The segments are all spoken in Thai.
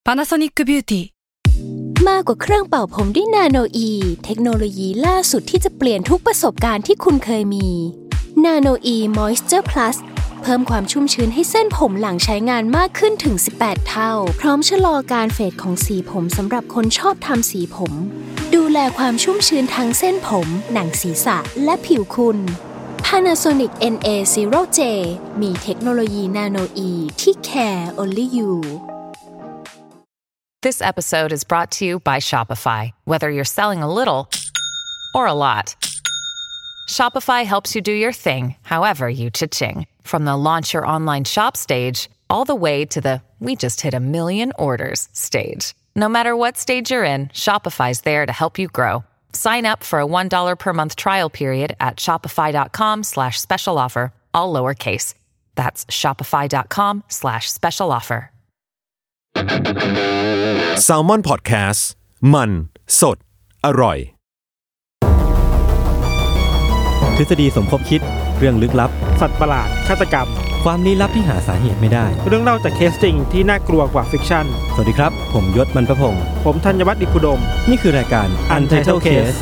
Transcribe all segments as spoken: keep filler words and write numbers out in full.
Panasonic Beauty มากกว่าเครื่องเป่าผมด้วยนาโนอีเทคโนโลยีล่าสุดที่จะเปลี่ยนทุกประสบการณ์ที่คุณเคยมีนาโนอีมอยส์เจอร์พลัสเพิ่มความชุ่มชื้นให้เส้นผมหลังใช้งานมากขึ้นถึงสิบแปดเท่าพร้อมชะลอการเฟดของสีผมสำหรับคนชอบทำสีผมดูแลความชุ่มชื้นทั้งเส้นผมหนังศีรษะและผิวคุณ Panasonic เอ็น เอ ศูนย์ เจ มีเทคโนโลยีนาโนอีที่ care only you This episode is brought to you by Shopify. Whether you're selling a little or a lot, Shopify helps you do your thing, however you cha-ching. From the launch your online shop stage, all the way to the we just hit a million orders stage. No matter what stage you're in, Shopify's there to help you grow. Sign up for a one dollar per month trial period at shopify.com slash special offer, all lowercase. That's shopify.com slash special offer. Salmon Podcast มันสดอร่อยทฤษฎีสมคบคิดเรื่องลึกลับสัตว์ประหลาดฆาตกรรมความลี้ลับที่หาสาเหตุไม่ได้เรื่องเล่าจากเคสจริงที่น่ากลัวกว่าฟิกชั่นสวัสดีครับผมยศมันประพงษ์ผมธัญวัฒน์อิพุดมนี่คือรายการ Untitled Case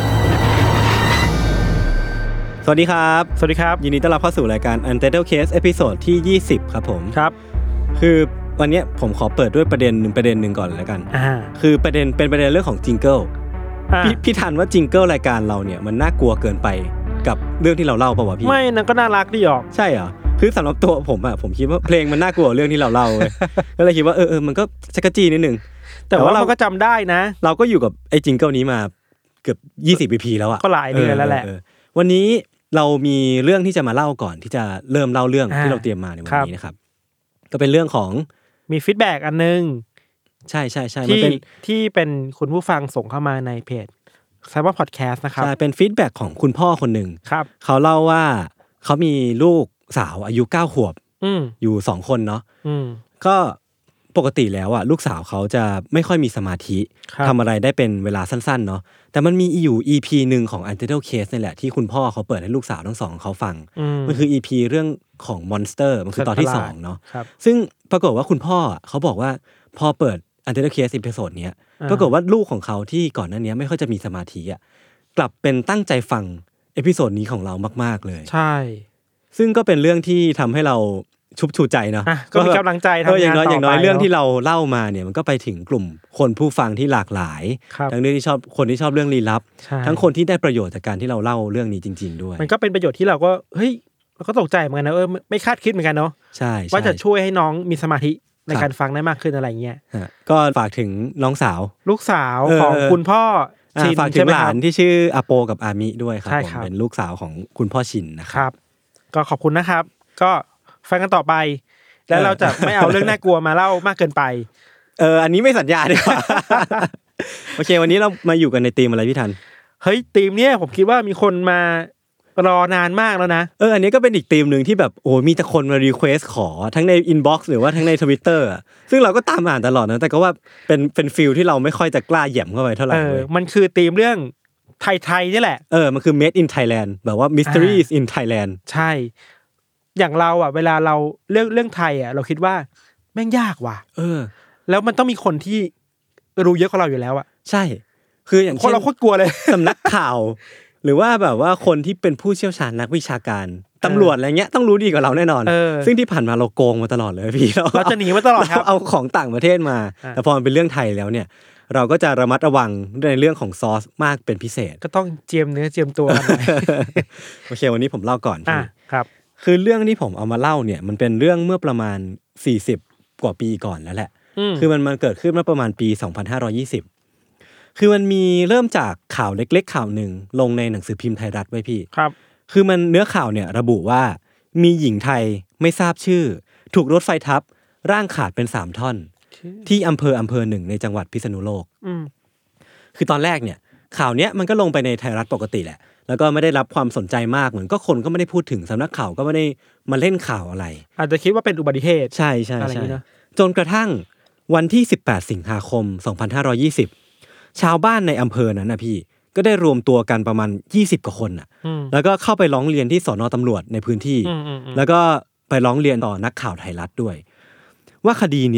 สวัสดีครับสวัสดีครับยินดีต้อนรับเข้าสู่รายการ Untitled Case เอพิโซดที่ยี่สิบครับผมครับคือวันนี้ผมขอเปิดด้วยประเด็นหนึ่งประเด็นหนึ่งก่อนแล้วกันคือประเด็นเป็นประเด็นเรื่องของจิงเกิลพี่พี่ทันว่าจิงเกิลรายการเราเนี่ยมันน่ากลัวเกินไปกับเรื่องที่เราเล่าป่าววะพี่ไม่นั่นก็น่ารักดีออกใช่เหรอคือสำหรับตัวผมอะผมคิดว่าเพลงมันน่ากลัวเรื่องที่เราเล่าเลยก็เลยคิดว่าเออเออมันก็จักรจี้นิดนึงแต่ว่าเราก็จำได้นะเราก็อยู่กับไอ้จิงเกิลนี้มาเกือบยี่สิบ อี พี แล้วอะก็หลายเดือนแล้วแหละวันนี้เรามีเรื่องที่จะมาเล่าก่อนที่จะเริ่มเล่าเรื่องที่เราเตรียมมาในวันนี้นะครับก็เป็นเรื่องของมีฟีดแบ็กอันนึงใช่ๆๆมันเป็นที่เป็นคุณผู้ฟังส่งเข้ามาในเพจ Salmon Podcast นะครับใช่เป็นฟีดแบ็กของคุณพ่อคนนึงครับเขาเล่าว่าเขามีลูกสาวอายุเก้าขวบออยู่สองคนเนาะก็ปกติแล้วอ่ะลูกสาวเขาจะไม่ค่อยมีสมาธิทำอะไรได้เป็นเวลาสั้นๆเนาะแต่มันมีอยู่ อี พี นึงของ Untitled Case นี่แหละที่คุณพ่อเขาเปิดให้ลูกสาวทั้งสองเขาฟังมันคือ อี พี เรื่องของ Monster มันคือตอนที่สองเนาะซึ่งปรากฏว่าคุณพ่อเขาบอกว่าพอเปิด Untitled Case อีพิโซดเนี้ยปรากฏว่าลูกของเขาที่ก่อนหน้านี้ไม่ค่อยจะมีสมาธิอ่ะกลับเป็นตั้งใจฟังเอพิโซดนี้ของเรามากๆเลยใช่ซึ่งก็เป็นเรื่องที่ทำให้เราชุบชูใจเนาะก็มีกำลังใจทำงานต่อไปอย่างน้อยอย่างน้อยเรื่องที่เราเล่ามาเนี่ยมันก็ไปถึงกลุ่มคนผู้ฟังที่หลากหลายทั้งเรื่องที่ชอบคนที่ชอบเรื่องลี้ลับทั้งคนที่ได้ประโยชน์จากการที่เราเล่าเรื่องนี้จริงๆด้วยมันก็เป็นประโยชน์ที่เราก็เฮ้ยเราก็ตกใจเหมือนกันนะเออไม่คาดคิดเหมือนกันเนาะใช่ว่าจะช่วยให้น้องมีสมาธิในการฟังได้มากขึ้นอะไรเงี้ยก็ฝากถึงน้องสาวลูกสาวของคุณพ่อชินฝากถึงหลานที่ชื่ออาโปกับอามิด้วยครับผมเป็นลูกสาวของคุณพ่อชินนะครับก็ขอบคุณนะครับก็ฟังกันต่อไปแล้วเราจะไม่เอาเรื่องน่ากลัวมาเล่ามากเกินไปเอออันนี้ไม่สัญญาดีกว่าโอเควันนี้เรามาอยู่กันในธีมอะไรพี่ทันเฮ้ยธีมเนี้ยผมคิดว่ามีคนมารอนานมากแล้วนะเอออันนี้ก็เป็นอีกธีมนึงที่แบบโอ้มีแต่คนมารีเควสขอทั้งในอินบ็อกซ์หรือว่าทั้งใน Twitter อ่ะซึ่งเราก็ตามอ่านตลอดนะแต่ก็ว่าเป็นเป็นฟีลที่เราไม่ค่อยจะกล้าแหย่มเข้าไปเท่าไหร่เลยมันคือธีมเรื่องไทยๆนี่แหละเออมันคือ Made in Thailand แบบว่า Mysteries in Thailand ใช่อย่างเราอ่ะเวลาเราเรื่องเรื่องไทยอ่ะเราคิดว่าแม่งยากว่ะเออแล้วมันต้องมีคนที่รู้เยอะกว่าเราอยู่แล้วอ่ะใช่คืออย่างคนเราโคตรกลัวเลยสำนักข่าวหรือว่าแบบว่าคนที่เป็นผู้เชี่ยวชาญนักวิชาการตำรวจอะไรเงี้ยต้องรู้ดีกว่าเราแน่นอนซึ่งที่ผ่านมาเราโกงมาตลอดเลยพี่เราจะหนีมาตลอดครับเอาของต่างประเทศมาแต่พอมันเป็นเรื่องไทยแล้วเนี่ยเราก็จะระมัดระวังในเรื่องของซอสมากเป็นพิเศษก็ต้องเจียมเนื้อเจียมตัวกันหน่อยโอเควันนี้ผมเล่าก่อนพี่ครับคือเรื่องที่ผมเอามาเล่าเนี่ยมันเป็นเรื่องเมื่อประมาณสี่สิบกว่าปีก่อนแล้วแหละคือมันมันเกิดขึ้นเมื่อประมาณปีสองพันห้าร้อยยี่สิบคือมันมีเริ่มจากข่าวเล็กๆข่าวนึงลงในหนังสือพิมพ์ไทยรัฐไว้พี่ครับคือมันเนื้อข่าวเนี่ยระบุว่ามีหญิงไทยไม่ทราบชื่อถูกรถไฟทับร่างขาดเป็นสามท่อนที่อำเภออำเภอหนึ่งในจังหวัดพิษณุโลกคือตอนแรกเนี่ยข่าวเนี้ยมันก็ลงไปในไทยรัฐปกติแหละแล้วก็ไม่ได้รับความสนใจมากเหมือนก็คนก็ไม่ได้พูดถึงสำนักข่าวก็ไม่ได้มาเล่นข่าวอะไรอาจจะคิดว่าเป็นอุบัติเหตุใช่ๆๆจนกระทั่งวันที่สิบแปดสิงหาคมสองพันห้าร้อยยี่สิบชาวบ้านในอำเภอนั้นน่ะพี่ก็ได้รวมตัวกันประมาณยี่สิบกว่าคนน่ะแล้วก็เข้าไปร้องเรียนที่สน.ตำรวจในพื้นที่แล้วก็ไปร้องเรียนต่อนักข่าวไทยรัฐด้วยว่าคดีเนี้ย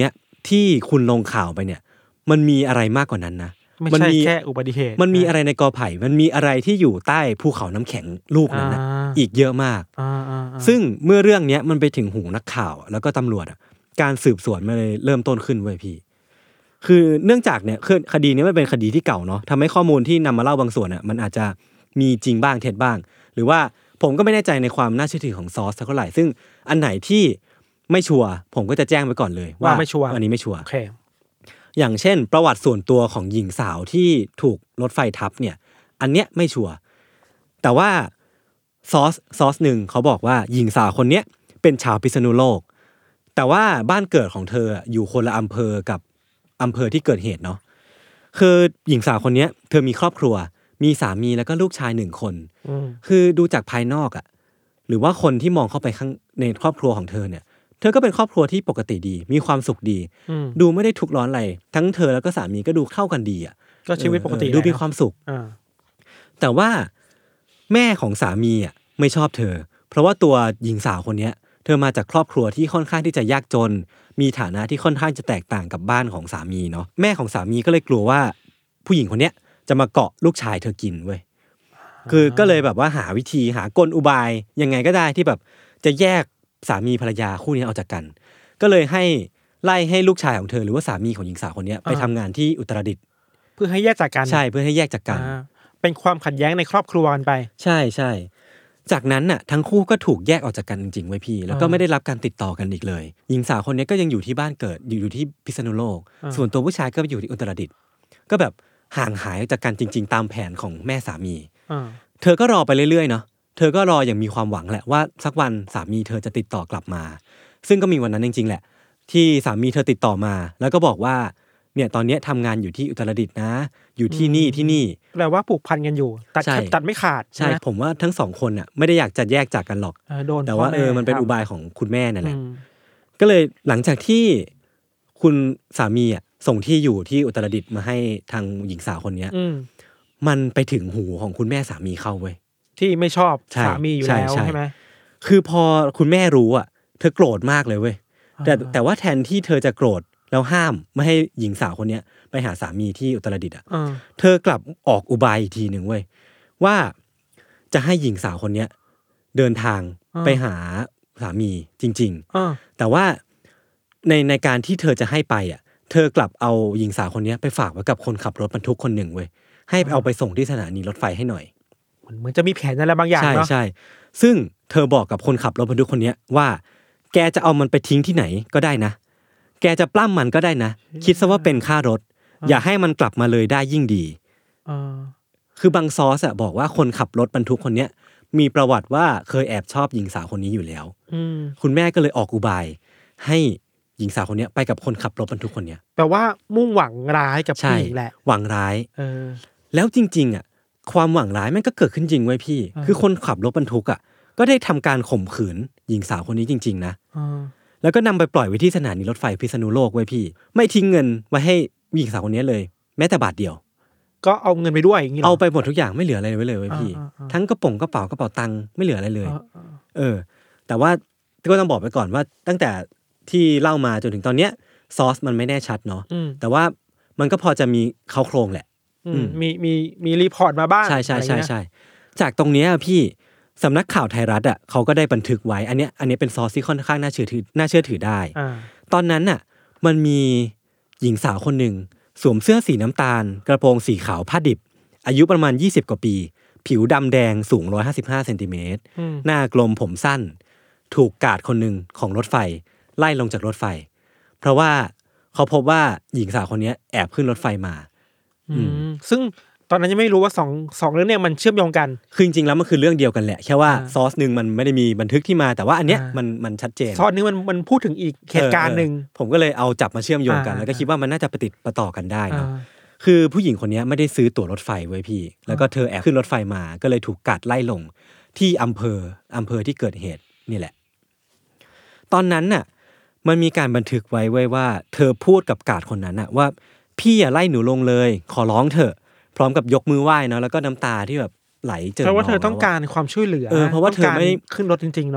ที่คุณลงข่าวไปเนี่ยมันมีอะไรมากกว่านั้นนะไม่ใช่แค่อุบัติเหตุมันมีอะไรในกอไผ่มันมีอะไรที่อยู่ใต้ภูเขาน้ำแข็งลูกนั้นนะอีกเยอะมากซึ่งเมื่อเรื่องนี้มันไปถึงหูนักข่าวแล้วก็ตำรวจการสืบสวนมันเลยเริ่มต้นขึ้นเว้ยพี่คือเนื่องจากเนี่ยคดีนี้มันเป็นคดีที่เก่าเนาะทำให้ข้อมูลที่นำมาเล่าบางส่วนอ่ะมันอาจจะมีจริงบ้างเท็จบ้างหรือว่าผมก็ไม่แน่ใจในความน่าเชื่อถือของซอสเท่าไหร่ซึ่งอันไหนที่ไม่ชัวร์ผมก็จะแจ้งไว้ก่อนเลยว่าไม่ชัวร์อันนี้ไม่ชัวร์อย่างเช่นประวัติส่วนตัวของหญิงสาวที่ถูกรถไฟทับเนี่ยอันเนี้ยไม่ชัวร์แต่ว่าซอสซอสหนึ่งเขาบอกว่าหญิงสาวคนเนี้ยเป็นชาวพิษณุโลกแต่ว่าบ้านเกิดของเธออยู่คนละอำเภอกับอำเภอที่เกิดเหตุเนาะคือหญิงสาวคนเนี้ยเธอมีครอบครัวมีสามีแล้วก็ลูกชายหนึ่งคนคือดูจากภายนอกอ่ะหรือว่าคนที่มองเข้าไปข้างในครอบครัวของเธอเนี่ยเธอก็เป็นครอบครัวที่ปกติดีมีความสุขดีดูไม่ได้ทุกข์ร้อนอะไรทั้งเธอแล้วก็สามีก็ดูเข้ากันดีอ่ะก็ชีวิตปกติดูมีความสุขแต่ว่าแม่ของสามีอ่ะไม่ชอบเธอเพราะว่าตัวหญิงสาวคนนี้เธอมาจากครอบครัวที่ค่อนข้างที่จะยากจนมีฐานะที่ค่อนข้างจะแตกต่างกับบ้านของสามีเนาะแม่ของสามีก็เลยกลัวว่าผู้หญิงคนนี้จะมาเกาะลูกชายเธอกินเว้ยคือก็เลยแบบว่าหาวิธีหากลอุบายยังไงก็ได้ที่แบบจะแยกสามีภรรยาคู่นี้ออกจากกันก็เลยให้ไล่ให้ลูกชายของเธอหรือว่าสามีของหญิงสาวคนนี้ไปทำงานที่อุตรดิตถ์เพื่อให้แยกจากกันใช่เพื่อให้แยกจากกันเป็นความขัดแย้งในครอบครัวกันไปใช่ใช่จากนั้นน่ะทั้งคู่ก็ถูกแยกออกจากกันจริงๆไว้พี่แล้วก็ไม่ได้รับการติดต่อกันอีกเลยหญิงสาวคนนี้ก็ยังอยู่ที่บ้านเกิดอยู่อยู่ที่พิษณุโลกส่วนตัวผู้ชายก็ไปอยู่ที่อุตรดิตถ์ก็แบบห่างหายจากกันจริงๆตามแผนของแม่สามีเธอก็รอไปเรื่อยๆเนาะเธอก็รออย่างมีความหวังแหละว่าสักวันสามีเธอจะติดต่อกลับมาซึ่งก็มีวันนั้นจริงๆแหละที่สามีเธอติดต่อมาแล้วก็บอกว่าเนี่ยตอนนี้ทำงานอยู่ที่อุตรดิตถ์นะอยู่ที่นี่ที่นี่แปลว่าผูกพันกันอยู่ตัดตัดไม่ขาดใช่ผมว่าทั้งสองคนน่ะไม่ได้อยากจะแยกจากกันหรอกแต่ว่าเออมันเป็นอุบายของคุณแม่นั่นแหละก็เลยหลังจากที่คุณสามีอ่ะส่งที่อยู่ที่อุตรดิตถ์มาให้ทางหญิงสาวคนนี้มันไปถึงหูของคุณแม่สามีเข้าเว้ยที่ไม่ชอบสามีอยู่แล้วใช่ไหมคือพอคุณแม่รู้อ่ะเธอโกรธมากเลยเว้ยแต่แต่ว่าแทนที่เธอจะโกรธแล้วห้ามไม่ให้หญิงสาวคนนี้ไปหาสามีที่อุตรดิตถ์อ่ะเธอกลับออกอุบายอีกทีหนึ่งเว้ยว่าจะให้หญิงสาวคนนี้เดินทางไปหาสามีจริงๆแต่ว่าในในการที่เธอจะให้ไปอ่ะเธอกลับเอาหญิงสาวคนนี้ไปฝากไว้กับคนขับรถบรรทุกคนหนึ่งเว้ยให้เอาไปส่งที่สถานีรถไฟให้หน่อยเหมือนจะมีแผนอะไรบางอย่างเนาะใช่ใช่ซึ่งเธอบอกกับคนขับรถบรรทุกคนนี้ว่าแกจะเอามันไปทิ้งที่ไหนก็ได้นะแกจะปล้ำมันก็ได้นะคิดซะว่าเป็นค่ารถอย่าให้มันกลับมาเลยได้ยิ่งดีคือบางซอสอะบอกว่าคนขับรถบรรทุกคนนี้มีประวัติว่าเคยแอบชอบหญิงสาวคนนี้อยู่แล้วคุณแม่ก็เลยออกอุบายให้หญิงสาวคนนี้ไปกับคนขับรถบรรทุกคนนี้แปลว่ามุ่งหวังร้ายกับผู้หญิงแหละหวังร้ายแล้วจริงๆอะความหวังร้ายมันก็เกิดขึ้นจริงไว้พี่คือคนขับรถบรรทุกอ่ะก็ได้ทำการข่มขืนหญิงสาวคนนี้จริงๆนะแล้วก็นำไปปล่อยไว้ที่สถานีรถไฟพิษณุโลกไว้พี่ไม่ทิ้งเงินไว้ให้หญิงสาวคนนี้เลยแม้แต่บาทเดียวก็เอาเงินไปด้วยอย่างงี้เอาไปหมดทุกอย่างไม่เหลืออะไรไว้เลยไว้พี่ทั้งกระป๋องกระเป๋ากระเป๋าตังค์ไม่เหลืออะไรเลยเออแต่ว่าก็ต้องบอกไปก่อนว่าตั้งแต่ที่เล่ามาจนถึงตอนเนี้ยซอสมันไม่แน่ชัดเนาะแต่ว่ามันก็พอจะมีเข้าโครงแหละมีมีมีรีพอร์ตมาบ้างใช่ใช่ใช่ใช่จากตรงนี้พี่สำนักข่าวไทยรัฐอ่ะเขาก็ได้บันทึกไว้อันเนี้ยอันนี้เป็นซอสที่ค่อนข้างน่าเชื่อถือน่าเชื่อถือได้ตอนนั้นน่ะมันมีหญิงสาวคนหนึ่งสวมเสื้อสีน้ำตาลกระโปรงสีขาวผ้าดิบอายุประมาณยี่สิบกว่าปีผิวดำแดงสูงหนึ่งร้อยห้าสิบห้าเซนติเมตรหน้ากลมผมสั้นถูกกาดคนหนึ่งของรถไฟไล่ลงจากรถไฟเพราะว่าเขาพบว่าหญิงสาวคนนี้แอบขึ้นรถไฟมาซึ่งตอนนั้นยังไม่รู้ว่าสองสองเรื่องเนี้ยมันเชื่อมโยงกันคือจริงๆแล้วมันคือเรื่องเดียวกันแหละแค่ว่าซอสนึงมันไม่ได้มีบันทึกที่มาแต่ว่าอันเนี้ยมันมันชัดเจนซอสนึงมันมันพูดถึงอีกเหตุการณ์นึงผมก็เลยเอาจับมาเชื่อมโยงกันแล้วก็คิดว่ามันน่าจะประติดประต่อกันได้เนาะคือผู้หญิงคนนี้ไม่ได้ซื้อตั๋วรถไฟไว้พี่แล้วก็เธอแอบขึ้นรถไฟมาก็เลยถูกกัดไล่ลงที่อำเภออำเภอที่เกิดเหตุนี่แหละตอนนั้นน่ะมันมีการบันทึกไว้ไว้ว่าเธอพูดกับกาดคนนั้นน่ะว่าพี่อย่าไล่หนูลงเลยขอร้องเถอะพร้อมกับยกมือไหว้เนาะแล้วก็น้ำตาที่แบบไหลเจิ่งเพราะว่าเธอต้องการความช่วยเหลือเออเพราะว่าเธอไม่ขึ้นรถจริงๆเนาะ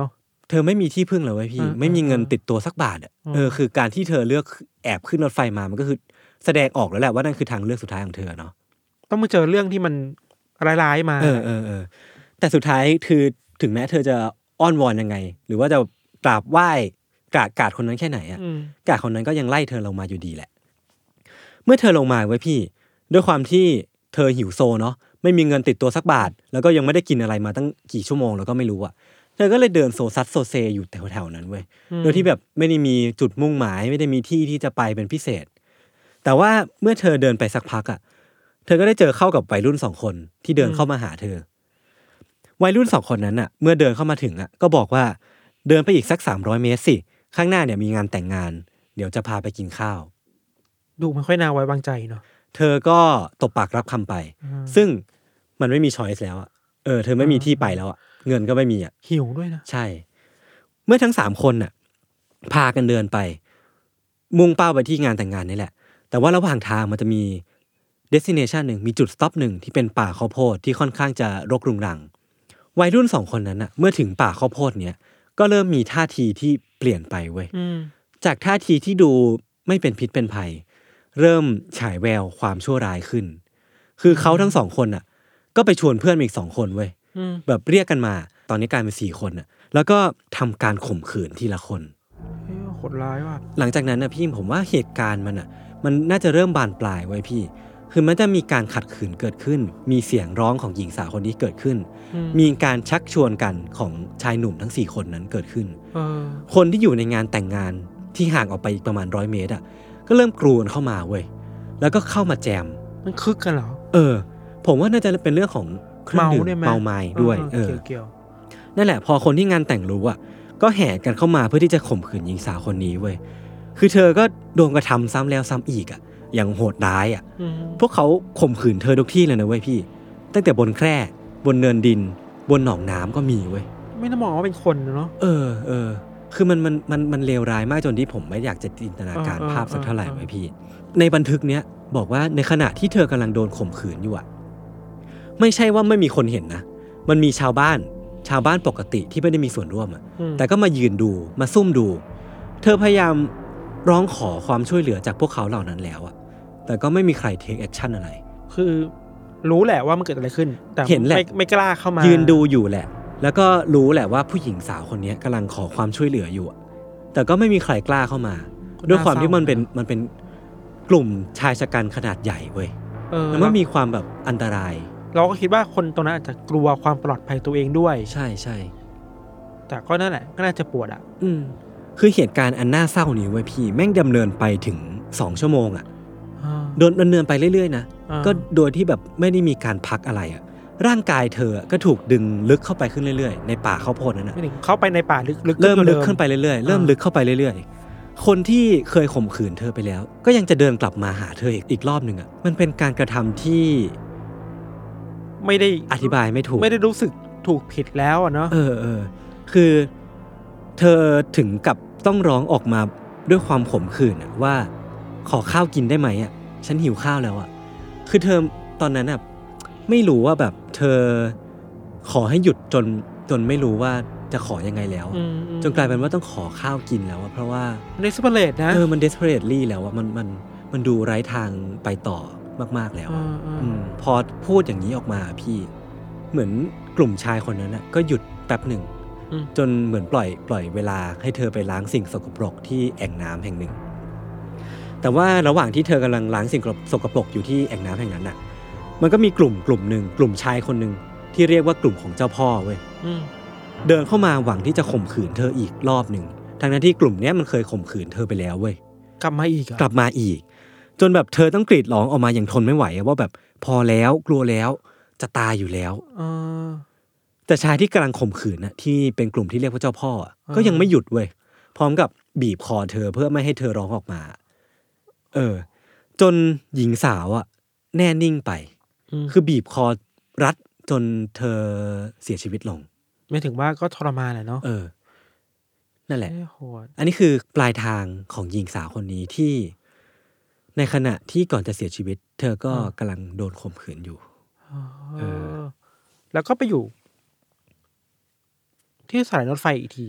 เธอไม่มีที่พึ่งเลยเว้ยพี่ไม่มีเงินติดตัวสักบาทอ่ะเออคือการที่เธอเลือกแอบขึ้นรถไฟมามันก็คือแสดงออกแล้วแหละว่านั่นคือทางเลือกสุดท้ายของเธอเนาะต้องมาเจอเรื่องที่มันร้ายๆมาเออเออเออแต่สุดท้ายคือถึงแม้เธอจะอ้อนวอนยังไงหรือว่าจะกราบไหว้กราดกาดคนนั้นแค่ไหนอ่ะกาดคนนั้นก็ยังไล่เธอลงมาอยู่ดีแหละเมื่อเธอลงมาไว้พี่ด้วยความที่เธอหิวโซเนาะไม่มีเงินติดตัวสักบาทแล้วก็ยังไม่ได้กินอะไรมาตั้งกี่ชั่วโมงแล้วก็ไม่รู้อ่ะเธอก็เลยเดินโซซัดโซเซอยู่แถวๆนั้นเว้ยโดยที่แบบไม่ได้มีจุดมุ่งหมายไม่ได้มีที่ที่จะไปเป็นพิเศษแต่ว่าเมื่อเธอเดินไปสักพักอ่ะเธอก็ได้เจอเข้ากับวัยรุ่นสองคนที่เดินเข้ามาหาเธอวัยรุ่นสองคนนั้นอ่ะเมื่อเดินเข้ามาถึงอ่ะก็บอกว่าเดินไปอีกสักสามร้อยเมตรสิข้างหน้าเนี่ยมีงานแต่งงานเดี๋ยวจะพาไปกินข้าวดูไม่ค่อยน่าไว้วางใจเนาะเธอก็ตบปากรับคำไปซึ่งมันไม่มีช้อยส์แล้วอ่ะเออเธอไม่มีที่ไปแล้วอ่ะเงินก็ไม่มีอ่ะหิวด้วยนะใช่เมื่อทั้งสามคนน่ะพากันเดินไปมุ่งเป้าไปที่งานแต่งงานนี่แหละแต่ว่าระหว่างทางมันจะมี destination หนึ่งมีจุด stop หนึ่งที่เป็นป่าข้าวโพดที่ค่อนข้างจะรกรุงรังวัยรุ่นสองคนนั้นน่ะเมื่อถึงป่าข้าวโพดเนี้ยก็เริ่มมีท่าทีที่เปลี่ยนไปเว้ยจากท่าทีที่ดูไม่เป็นพิษเป็นภัยเริ่มฉายแววความชั่วร้ายขึ้นคือเขาทั้งสองคนน่ะก็ไปชวนเพื่อนอีกสองคนเว้ยแบบเรียกกันมาตอนนี้กลายเป็นสี่คนน่ะแล้วก็ทำการข่มขืนทีละคนโหดร้ายว่ะหลังจากนั้นนะพี่ผมว่าเหตุการณ์มันอ่ะมันน่าจะเริ่มบานปลายไว้พี่คือมันจะมีการขัดขืนเกิดขึ้นมีเสียงร้องของหญิงสาวคนนี้เกิดขึ้นมีการชักชวนกันของชายหนุ่มทั้งสี่คนนั้นเกิดขึ้นคนที่อยู่ในงานแต่งงานที่ห่างออกไปอีกประมาณร้อยเมตรอ่ะก็เริ่มกรูกันเข้ามาเว้ยแล้วก็เข้ามาแจมมันคึกกันเหรอเออผมว่าน่าจะเป็นเรื่องของเครื่องดื่มเมาไม้ด้วยเออนั่นแหละพอคนที่งานแต่งรู้อ่ะก็แห่กันเข้ามาเพื่อที่จะข่มขืนหญิงสาวคนนี้เว้ยคือเธอก็โดนกระทำซ้ำแล้วซ้ำอีกอ่ะอย่างโหดร้ายอ่ะพวกเขาข่มขืนเธอทุกที่เลยนะเว้ยพี่ตั้งแต่บนแคร่บนเนินดินบนหนองน้ำก็มีเว้ยไม่น่ามองว่าเป็นคนเนาะเออเออคือมันมันมันมันเลวร้ายมากจนที่ผมไม่อยากจะจินตนาการภาพสักเท่าไหร่เว้ยพี่ในบันทึกเนี้ยบอกว่าในขณะที่เธอกำลังโดนข่มขืนอยู่อ่ะไม่ใช่ว่าไม่มีคนเห็นนะมันมีชาวบ้านชาวบ้านปกติที่ไม่ได้มีส่วนร่วมอ่ะแต่ก็มายืนดูมาซุ่มดูเธอพยายามร้องขอความช่วยเหลือจากพวกเขาเหล่านั้นแล้วอ่ะแต่ก็ไม่มีใครเทคแอคชั่นอะไรคือรู้แหละว่ามันเกิดอะไรขึ้นแต่เห็นแหละไม่กล้าเข้ามายืนดูอยู่แหละแล้วก็รู้แหละว่าผู้หญิงสาวคนนี้กำลังขอความช่วยเหลืออยู่แต่ก็ไม่มีใครกล้าเข้ามาด้วยความที่มันเป็นมันเป็นกลุ่มชายชะกันขนาดใหญ่เว้ยแล้วมันมีความแบบอันตรายเราก็คิดว่าคนตรงนั้นอาจจะกลัวความปลอดภัยตัวเองด้วยใช่ใช่แต่ก็นั่นแหละก็น่าจะปวดอ่ะอืมคือเหตุการณ์อันน่าเศร้านี้เว้ยพี่แม่งดำเนินไปถึงสองชั่วโมงอ่ะโดนดำเนินไปเรื่อยๆนะก็โดยที่แบบไม่ได้มีการพักอะไรอ่ะร่างกายเธอก็ถูกดึงลึกเข้าไปขึ้นเรื่อยๆในป่าข้าวโพดนั้นนะเข้าไปในป่าลึกๆเริ่มลึกขึ้นไปเรื่อยๆเริ่มลึกเข้าไปเรื่อยๆคนที่เคยข่มขืนเธอไปแล้วก็ยังจะเดินกลับมาหาเธออีกอีกรอบนึงอ่ะมันเป็นการกระทำที่ไม่ได้อธิบายไม่ถูกไม่ได้รู้สึกถูกผิดแล้วอ่ะเนาะเออเออคือเธอถึงกับต้องร้องออกมาด้วยความขมขื่นอ่ะว่าขอข้าวกินได้ไหมอ่ะฉันหิวข้าวแล้วอ่ะคือเธอตอนนั้นอ่ะไม่รู้ว่าแบบเธอขอให้หยุดจนจนไม่รู้ว่าจะขอยังไงแล้วจนกลายเป็นว่าต้องขอข้าวกินแล้วอ่ะเพราะว่า desperate นะเออมัน desperately แล้วอ่ะมันมันมันดูไร้ทางไปต่อมากๆแล้วพอพูดอย่างนี้ออกมาพี่เหมือนกลุ่มชายคนนั้นน่ะก็หยุดแป๊บหนึ่งจนเหมือนปล่อยปล่อยเวลาให้เธอไปล้างสิ่งสกปรกที่แอ่งน้ำแห่งหนึ่งแต่ว่าระหว่างที่เธอกำลังล้างสิ่งสกปรกอยู่ที่แอ่งน้ำแห่งนั้นน่ะมันก็มีกลุ่มกลุ่มหนึ่งกลุ่มชายคนหนึ่งที่เรียกว่ากลุ่มของเจ้าพ่อเว้ยเดินเข้ามาหวังที่จะข่มขืนเธออีกรอบหนึ่งทั้งนั้นที่กลุ่มนี้มันเคยข่มขืนเธอไปแล้วเว้ยกลับมาอีกกลับมาอีกจนแบบเธอต้องกรีดร้องออกมาอย่างทนไม่ไหวว่าแบบพอแล้วกลัวแล้วจะตายอยู่แล้วแต่ชายที่กำลังข่มขืนน่ะที่เป็นกลุ่มที่เรียกว่าเจ้าพ่อก็ยังไม่หยุดเว้ยพร้อมกับบีบคอเธอเพื่อไม่ให้เธอร้องออกมาเออจนหญิงสาวอ่ะแน่นิ่งไปคือบีบคอรัดจนเธอเสียชีวิตลงไม่ถึงว่าก็ทรมานแหละเนาะเออนั่นแหละอันนี้คือปลายทางของหญิงสาวคนนี้ที่ในขณะที่ก่อนจะเสียชีวิตเธอก็กำลังโดนข่มขืนอยู่เออแล้วก็ไปอยู่ที่สถานีรถไฟอีกทีเหรอ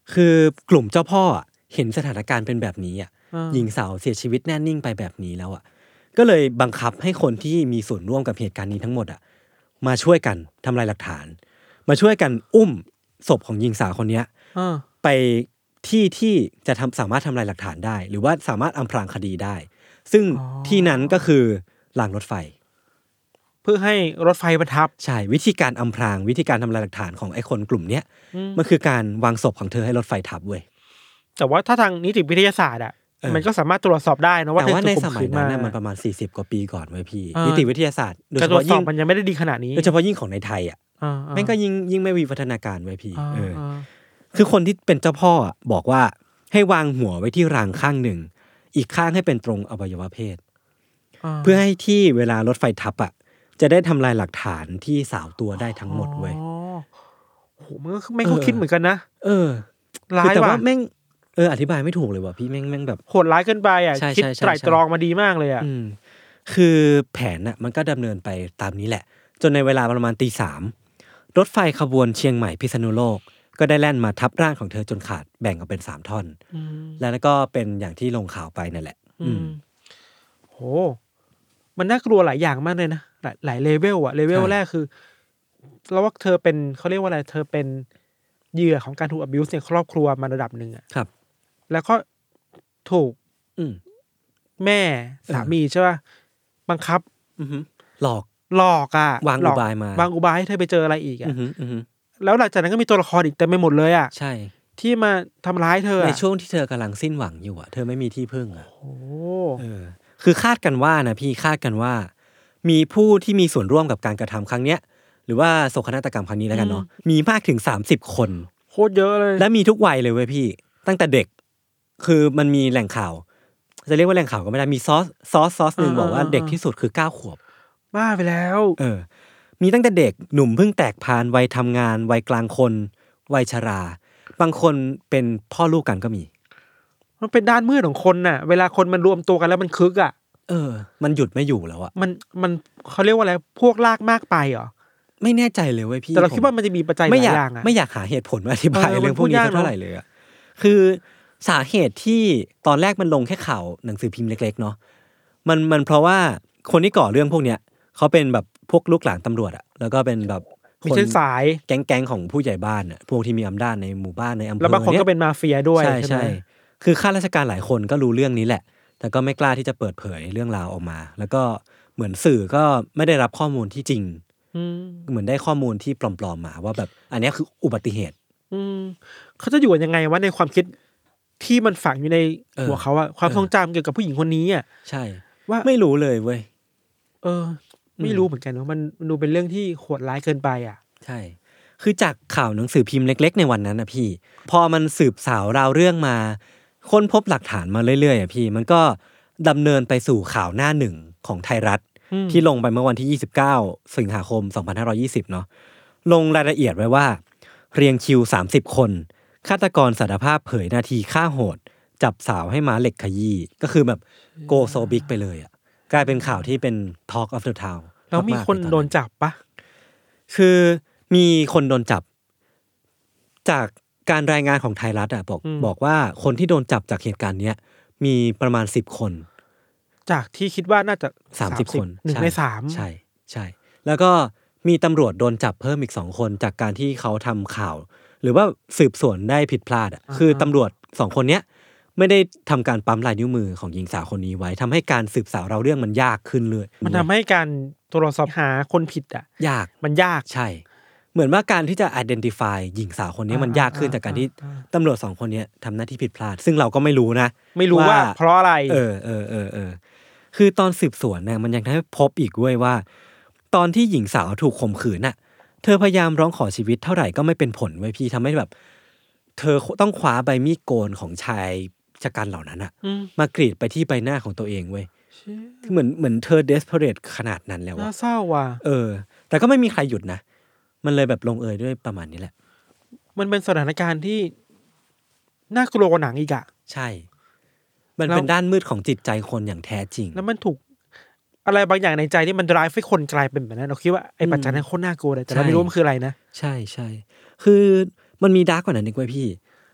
คือกลุ่มเจ้าพ่อเห็นสถานการณ์เป็นแบบนี้อ่ะหญิงสาวเสียชีวิตแน่นิ่งไปแบบนี้แล้วอ่ะก็เลยบังคับให้คนที่มีส่วนร่วมกับเหตุการณ์นี้ทั้งหมดอ่ะมาช่วยกันทำลายหลักฐานมาช่วยกันอุ้มศพของหญิงสาวคนนี้ไปที่ที่จะทำสามารถทำลายหลักฐานได้หรือว่าสามารถอำพรางคดีได้ซึ่งที่นั้นก็คือรางรถไฟเพื่อให้รถไฟประทับใช่วิธีการอำพรางวิธีการทำลายหลักฐานของไอ้คนกลุ่มเนี้ยมันคือการวางศพของเธอให้รถไฟทับเว้ยแต่ว่าถ้าทางนิติวิทยาศาสตร์อ่ะมันก็สามารถตรวจสอบได้นะว่าแต่ว่าในสมัยนั้นมันประมาณสี่สิบกว่าปีก่อนเว้ยพี่นิติวิทยาศาสตร์โดยเฉพาะยิ่งมันยังไม่ได้ดีขนาดนี้โดยเฉพาะยิ่งของในไทยอ่ะแม่งก็ยิ่งยิ่งไม่มีพัฒนาการเว้ยพี่เออคือคนที่เป็นเจ้าพ่อบอกว่าให้วางหัวไว้ที่รางข้างหนึ่งอีกข้างให้เป็นตรงอวัยวะเพศเพื่อให้ที่เวลารถไฟทับอ่ะจะได้ทำลายหลักฐานที่สาวตัวได้ทั้งหมดเว้ยโอ้โหมันก็ไม่ก็คิดเหมือนกันนะเออร้ายแต่ว่าแม่งเอออธิบายไม่ถูกเลยว่ะพี่แม่งแม่งแบบโหดร้ายเกินไปอ่ะคิดไตร่ตรองมาดีมากเลยอ่ะคือแผนน่ะมันก็ดำเนินไปตามนี้แหละจนในเวลาประมาณตีสามรถไฟขบวนเชียงใหม่พิษณุโลกก็ได้แล่นมาทับร่างของเธอจนขาดแบ่งออกเป็นสามท่อนแล้วก็เป็นอย่างที่ลงข่าวไปนั่นแหละโหมันน่ากลัวหลายอย่างมากเลยนะหลายหลายเลเวลอะเลเวลแรกคือแล้วว่าเธอเป็นเขาเรียกว่าอะไรเธอเป็นเหยื่อของการถูก abuse ในครอบครัวมาระดับหนึ่งอะครับแล้วก็ถูกแม่สามีใช่ป่ะบังคับหลอกหลอกอ่ะวางอุบายมาวางอุบายให้เธอไปเจออะไรอีกอ่ะแล้วหลังจากนั้นก็มีตัวละครอีกเต็มไปหมดเลยอ่ะใช่ที่มาทำร้ายเธอในช่วงที่เธอกำลังสิ้นหวังอยู่อ่ะเธอไม่มีที่พึ่งอ่ะโอ้เออคือคาดกันว่านะพี่คาดกันว่ามีผู้ที่มีส่วนร่วมกับการกระทำครั้งเนี้ยหรือว่าโศกนาฏกรรมครั้งนี้แล้วกันเนาะมีมากถึงสามสิบคนโคตรเยอะเลยและมีทุกวัยเลยเว้ยพี่ตั้งแต่เด็กคือมันมีแหล่งข่าวจะเรียกว่าแหล่งข่าวก็ไม่ได้มีซอสซอสซอสนึงบอกว่าเด็กที่สุดคือเก้าขวบบ้าไปแล้วเออมีตั้งแต่เด็กหนุ่มเพิ่งแตกพานวัยทำงานวัยกลางคนวัยชราบางคนเป็นพ่อลูกกันก็มีมันเป็นด้านมืดของคนน่ะเวลาคนมันรวมตัวกันแล้วมันคึกอ่ะเออมันหยุดไม่อยู่แล้วอ่ะมันมันเขาเรียกว่าอะไรพวกลากมากไปเหรอไม่แน่ใจเลยเว้ยพี่แต่เราคิดว่ามันจะมีปัจจัยหลายอย่างอ่ะไม่อยากหาเหตุผลมาอธิบายเรื่องพวกนี้เท่าไหร่เลยอ่ะคือสาเหตุที่ตอนแรกมันลงแค่ข่าวหนังสือพิมพ์เล็กๆเนาะมันมันเพราะว่าคนที่ก่อเรื่องพวกเนี้ยเขาเป็นแบบพวกลูกหลานตำรวจอ่ะแล้วก็เป็นแบบคนสายแก๊งๆของผู้ใหญ่บ้านอ่ะพวกที่มีอำนาจในหมู่บ้านในอำเภอแล้วบางคนก็เป็นมาเฟียด้วยใช่ใช่คือข้าราชการหลายคนก็รู้เรื่องนี้แหละแต่ก็ไม่กล้าที่จะเปิดเผยเรื่องราวออกมาแล้วก็เหมือนสื่อก็ไม่ได้รับข้อมูลที่จริงเหมือนได้ข้อมูลที่ปลอมๆมาว่าแบบอันนี้คืออุบัติเหตุเขาจะอยู่ยังไงวะในความคิดที่มันฝังอยู่ในหัวเขาอะความทรงจำเกี่ยวกับผู้หญิงคนนี้อะใช่ว่าไม่รู้เลยเว้ยเออไม่รู้เหมือนกันว่ามันดูเป็นเรื่องที่โหดร้ายเกินไปอ่ะใช่คือจากข่าวหนังสือพิมพ์เล็กๆในวันนั้นนะพี่พอมันสืบสาวราวเรื่องมาค้นพบหลักฐานมาเรื่อยๆอ่ะพี่มันก็ดำเนินไปสู่ข่าวหน้าหนึ่งของไทยรัฐที่ลงไปเมื่อวันที่ยี่สิบเก้าสิงหาคมสองพันห้าร้อยยี่สิบเนาะลงรายละเอียดไว้ว่าเรียงคิวสามสิบคนฆาตกรสารภาพเผยนาทีฆ่าโหดจับสาวให้ม้าเหล็กขยี้ก็คือแบบโกโซบิกไปเลยอ่ะกลายเป็นข่าวที่เป็น Talk of the Town แล้วมีคนโดนจับปะคือมีคนโดนจับจากการรายงานของไทยรัฐอ่ะบอกบอกว่าคนที่โดนจับจากเหตุการณ์เนี้ยมีประมาณสิบคนจากที่คิดว่าน่าจะสามสิบคนหนึ่งในสามใช่ใช่แล้วก็มีตำรวจโดนจับเพิ่มอีกสองคนจากการที่เขาทำข่าวหรือว่าสืบสวนได้ผิดพลาดอ่ะคือตำรวจสองคนเนี้ยไม่ได้ทำการปั๊มลายนิ้วมือของหญิงสาวคนนี้ไว้ทำให้การสืบสาวเราเรื่องมันยากขึ้นเลยมันทำให้การตรวจสอบหาคนผิดอ่ะยากมันยากใช่เหมือนว่าการที่จะ identify หญิงสาวคนนี้มันยากขึ้นจากการที่ตำรวจสองคนนี้ทำหน้าที่ผิดพลาดซึ่งเราก็ไม่รู้นะไม่รู้ว่าเพราะอะไรเออเออเออเออคือตอนสืบสวนเนี่ยมันยังได้พบอีกด้วยว่าตอนที่หญิงสาวถูกข่มขืนน่ะเธอพยายามร้องขอชีวิตเท่าไหร่ก็ไม่เป็นผลไว้พี่ทำให้แบบเธอต้องคว้าใบมีดโกนของชายชะกันเหล่านั้นอะมากรีดไปที่ใบหน้าของตัวเองเว้ยเหมือนเหมือนเธอ desperate ขนาดนั้นแล้วน่าเศร้าว่ะเออแต่ก็ไม่มีใครหยุดนะมันเลยแบบลงเอยด้วยประมาณนี้แหละมันเป็นสถานการณ์ที่น่ากลัวกว่าหนังอีกอะใช่มันเป็นด้านมืดของจิตใจคนอย่างแท้จริงแล้วมันถูกอะไรบางอย่างในใจที่มัน drive ให้คนกลายเป็นแบบนั้นเราคิดว่าไอ้ปัจจัยนั้นโคตรน่ากลัวเลยแต่เราไม่รู้มันคืออะไรนะใช่ใช่คือมันมีดาร์กกว่านั้นอีกเว้ยพี่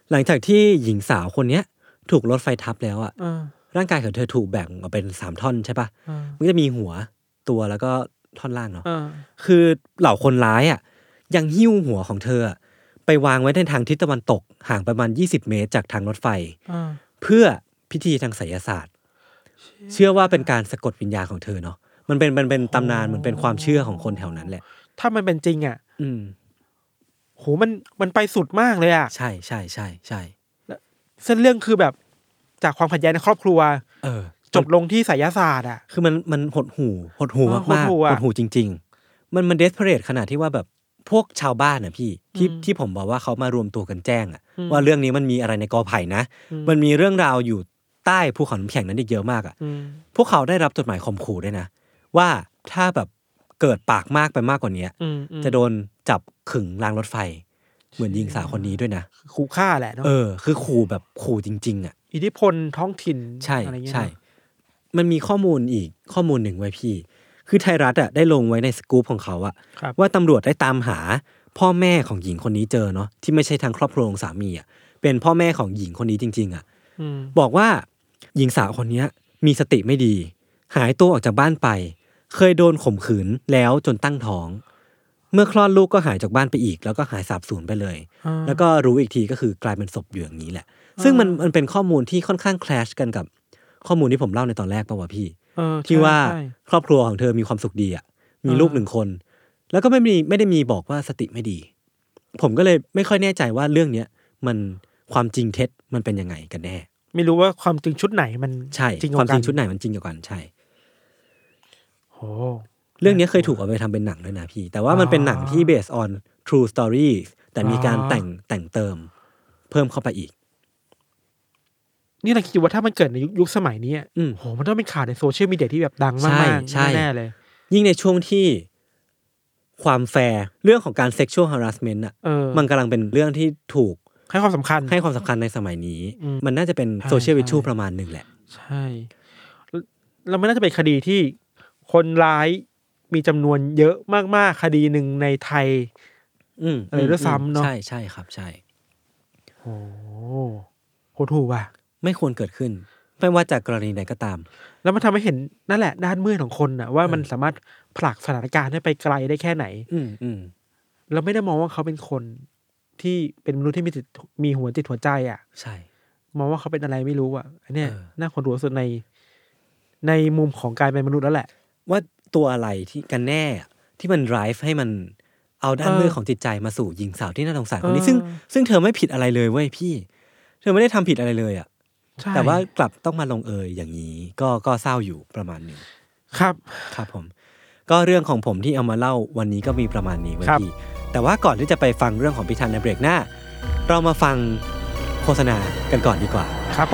หลังจากที่หญิงสาวคนเนี้ยถูกรถไฟทับแล้วอ่ะเออร่างกายของเธอถูกแบ่งออกเป็นสามท่อนใช่ปะเออมันจะมีหัวตัวแล้วก็ท่อนล่างเนาะเออคือเหล่าคนร้ายอ่ะยังหิ้วหัวของเธอไปวางไว้ในทางทิศตะวันตกห่างประมาณยี่สิบเมตรจากทางรถไฟเออเพื่อพิธีทางไสยศาสตร์ เชื่อว่าเป็นการสะกดวิญญาณของเธอเนาะมันเป็นมันเป็นตำนานมันเป็นความเชื่อของคนแถวนั้นแหละถ้ามันเป็นจริงอ่ะอืมโหมันมันไปสุดมากเลยอ่ะใช่ใช่ใช่ใช่เส้นเรื่องคือแบบจากความขัดแย้งในครอบครัวเออจบลงที่ไสยศาสตร์อ่ะคือมันมันหดหู่หดหู่เออมากหดหู่ๆอะหดหู่จริง ๆ มันมันเดสเพรสขนาดที่ว่าแบบพวกชาวบ้านน่ะพี่ที่ที่ผมบอกว่าเขามารวมตัวกันแจ้งอ่ะว่าเรื่องนี้มันมีอะไรในกอไผ่นะมันมีเรื่องราวอยู่ใต้ภูเขาน้ำแข็งนั้นอีกเยอะมากอ่ะอืมพวกเขาได้รับจดหมายข่มขู่ด้วยนะว่าถ้าแบบเกิดปากมากไปมากกว่านี้อืมอืมจะโดนจับขึงรางรถไฟ เหมือนหญิงสาวคนนี้ด้วยนะขู่ฆ่าแหละเนาะเออ คือขู่แบบขู่จริง ๆ อ่ะอิทธิพลท้องถิ่นใช่อะไรเงี้ยใช่เนอะมันมีข้อมูลอีกข้อมูลหนึ่งไว้พี่ คือไทยรัฐอ่ะได้ลงไว้ในสกู๊ปของเขาอ่ะครับว่าตำรวจได้ตามหาพ่อแม่ของหญิงคนนี้เจอเนาะที่ไม่ใช่ทางครอบครัวของสามีอ่ะเป็นพ่อแม่ของหญิงคนนี้จริง ๆ อ่ะอืมบอกว่าหญิงสาวคนนี้มีสติไม่ดี หายตัวออกจากบ้านไป เคยโดนข่มขืนแล้วจนตั้งท้อง เมื่อคลอดลูกก็หายจากบ้านไปอีก แล้วก็หายสาบสูญไปเลยอ่าแล้วก็รู้อีกทีก็คือกลายเป็นศพอยู่อย่างนี้แหละ ซึ่งมันมันเป็นข้อมูลที่ค่อนข้างแคลชกันกับข้อมูลที่ผมเล่าในตอนแรกป่าววะพี่เออที่ใช่ว่าใช่ครอบครัวของเธอมีความสุขดีอ่ะมีเออลูกหนึ่งคน แล้วก็ไม่มีไม่ได้มีบอกว่าสติไม่ดี ผมก็เลยไม่ค่อยแน่ใจว่าเรื่องเนี้ยมันความจริงเท็จมันเป็นยังไงกันแน่ไม่รู้ว่าความจริงชุดไหนมันใช่จริงกความจริงกันชุดไหนมันจริงกว่ากันใช่โหเรื่องนี้เคยถูกเอาไปทำเป็นหนังด้วยนะพี่ แต่ว่ามันเป็นหนังที่ based on true story แต่มีการแต่งแต่งเติมเพิ่มเข้าไปอีกนี่เราคิดว่าถ้ามันเกิดในยุคยุคสมัยนี้อะอืมโหมันต้องเป็นข่าวในโซเชียลมีเดียที่แบบดังมากใช่ๆใช่แน่ๆเลยยิ่งในช่วงที่ความแฟร์เรื่องของการ sexual harassment อ่ะเออมันกำลังเป็นเรื่องที่ถูกให้ความสำคัญให้ความสำคัญในสมัยนี้อืมมันน่าจะเป็นใช่ social ใช่ issue ประมาณหนึ่งแหละใช่แล้วแล้วมันน่าจะเป็นคดีที่คนร้ายมีจำนวนเยอะมากๆ คดีหนึ่งในไทยอืมอะไรด้วยซ้ำเนอะใช่ใช่ครับใช่โอ้โหถูกว่ะไม่ควรเกิดขึ้น ไม่ว่าจากกรณีใดก็ตามแล้วมันทำให้เห็นนั่นแหละด้านมืดของคนน่ะว่ามันสามารถผลักสถานการณ์ให้ไปไกลได้แค่ไหนอืมอืมเราไม่ได้มองว่าเขาเป็นคนที่เป็นมนุษย์ที่มีจิตมีหัวจิตหัวใจอ่ะใช่มองว่าเขาเป็นอะไรไม่รู้อ่ะอันเนี้ยเออน่าขนลุกสุดในในมุมของการเป็นมนุษย์แล้วแหละว่าตัวอะไรที่กันแน่ที่มัน drive ให้มันเอาด้านเออมืดของจิตใจมาสู่หญิงสาวที่น่าสงสารคนนี้เออซึ่งซึ่งเธอไม่ผิดอะไรเลยเว้ยพี่ เธอไม่ได้ทำผิดอะไรเลยอ่ะใช่แต่ว่ากลับต้องมาลงเอยอย่างนี้ ก็ก็เศร้าอยู่ประมาณหนึ่งครับครับผม ก็เรื่องของผมที่เอามาเล่าวันนี้ก็มีประมาณนี้เว้ยครับพี่ แต่ว่าก่อนที่จะไปฟังเรื่องของพิธันในเบรกหน้า เรามาฟังโฆษณากันก่อนดีกว่าครับผม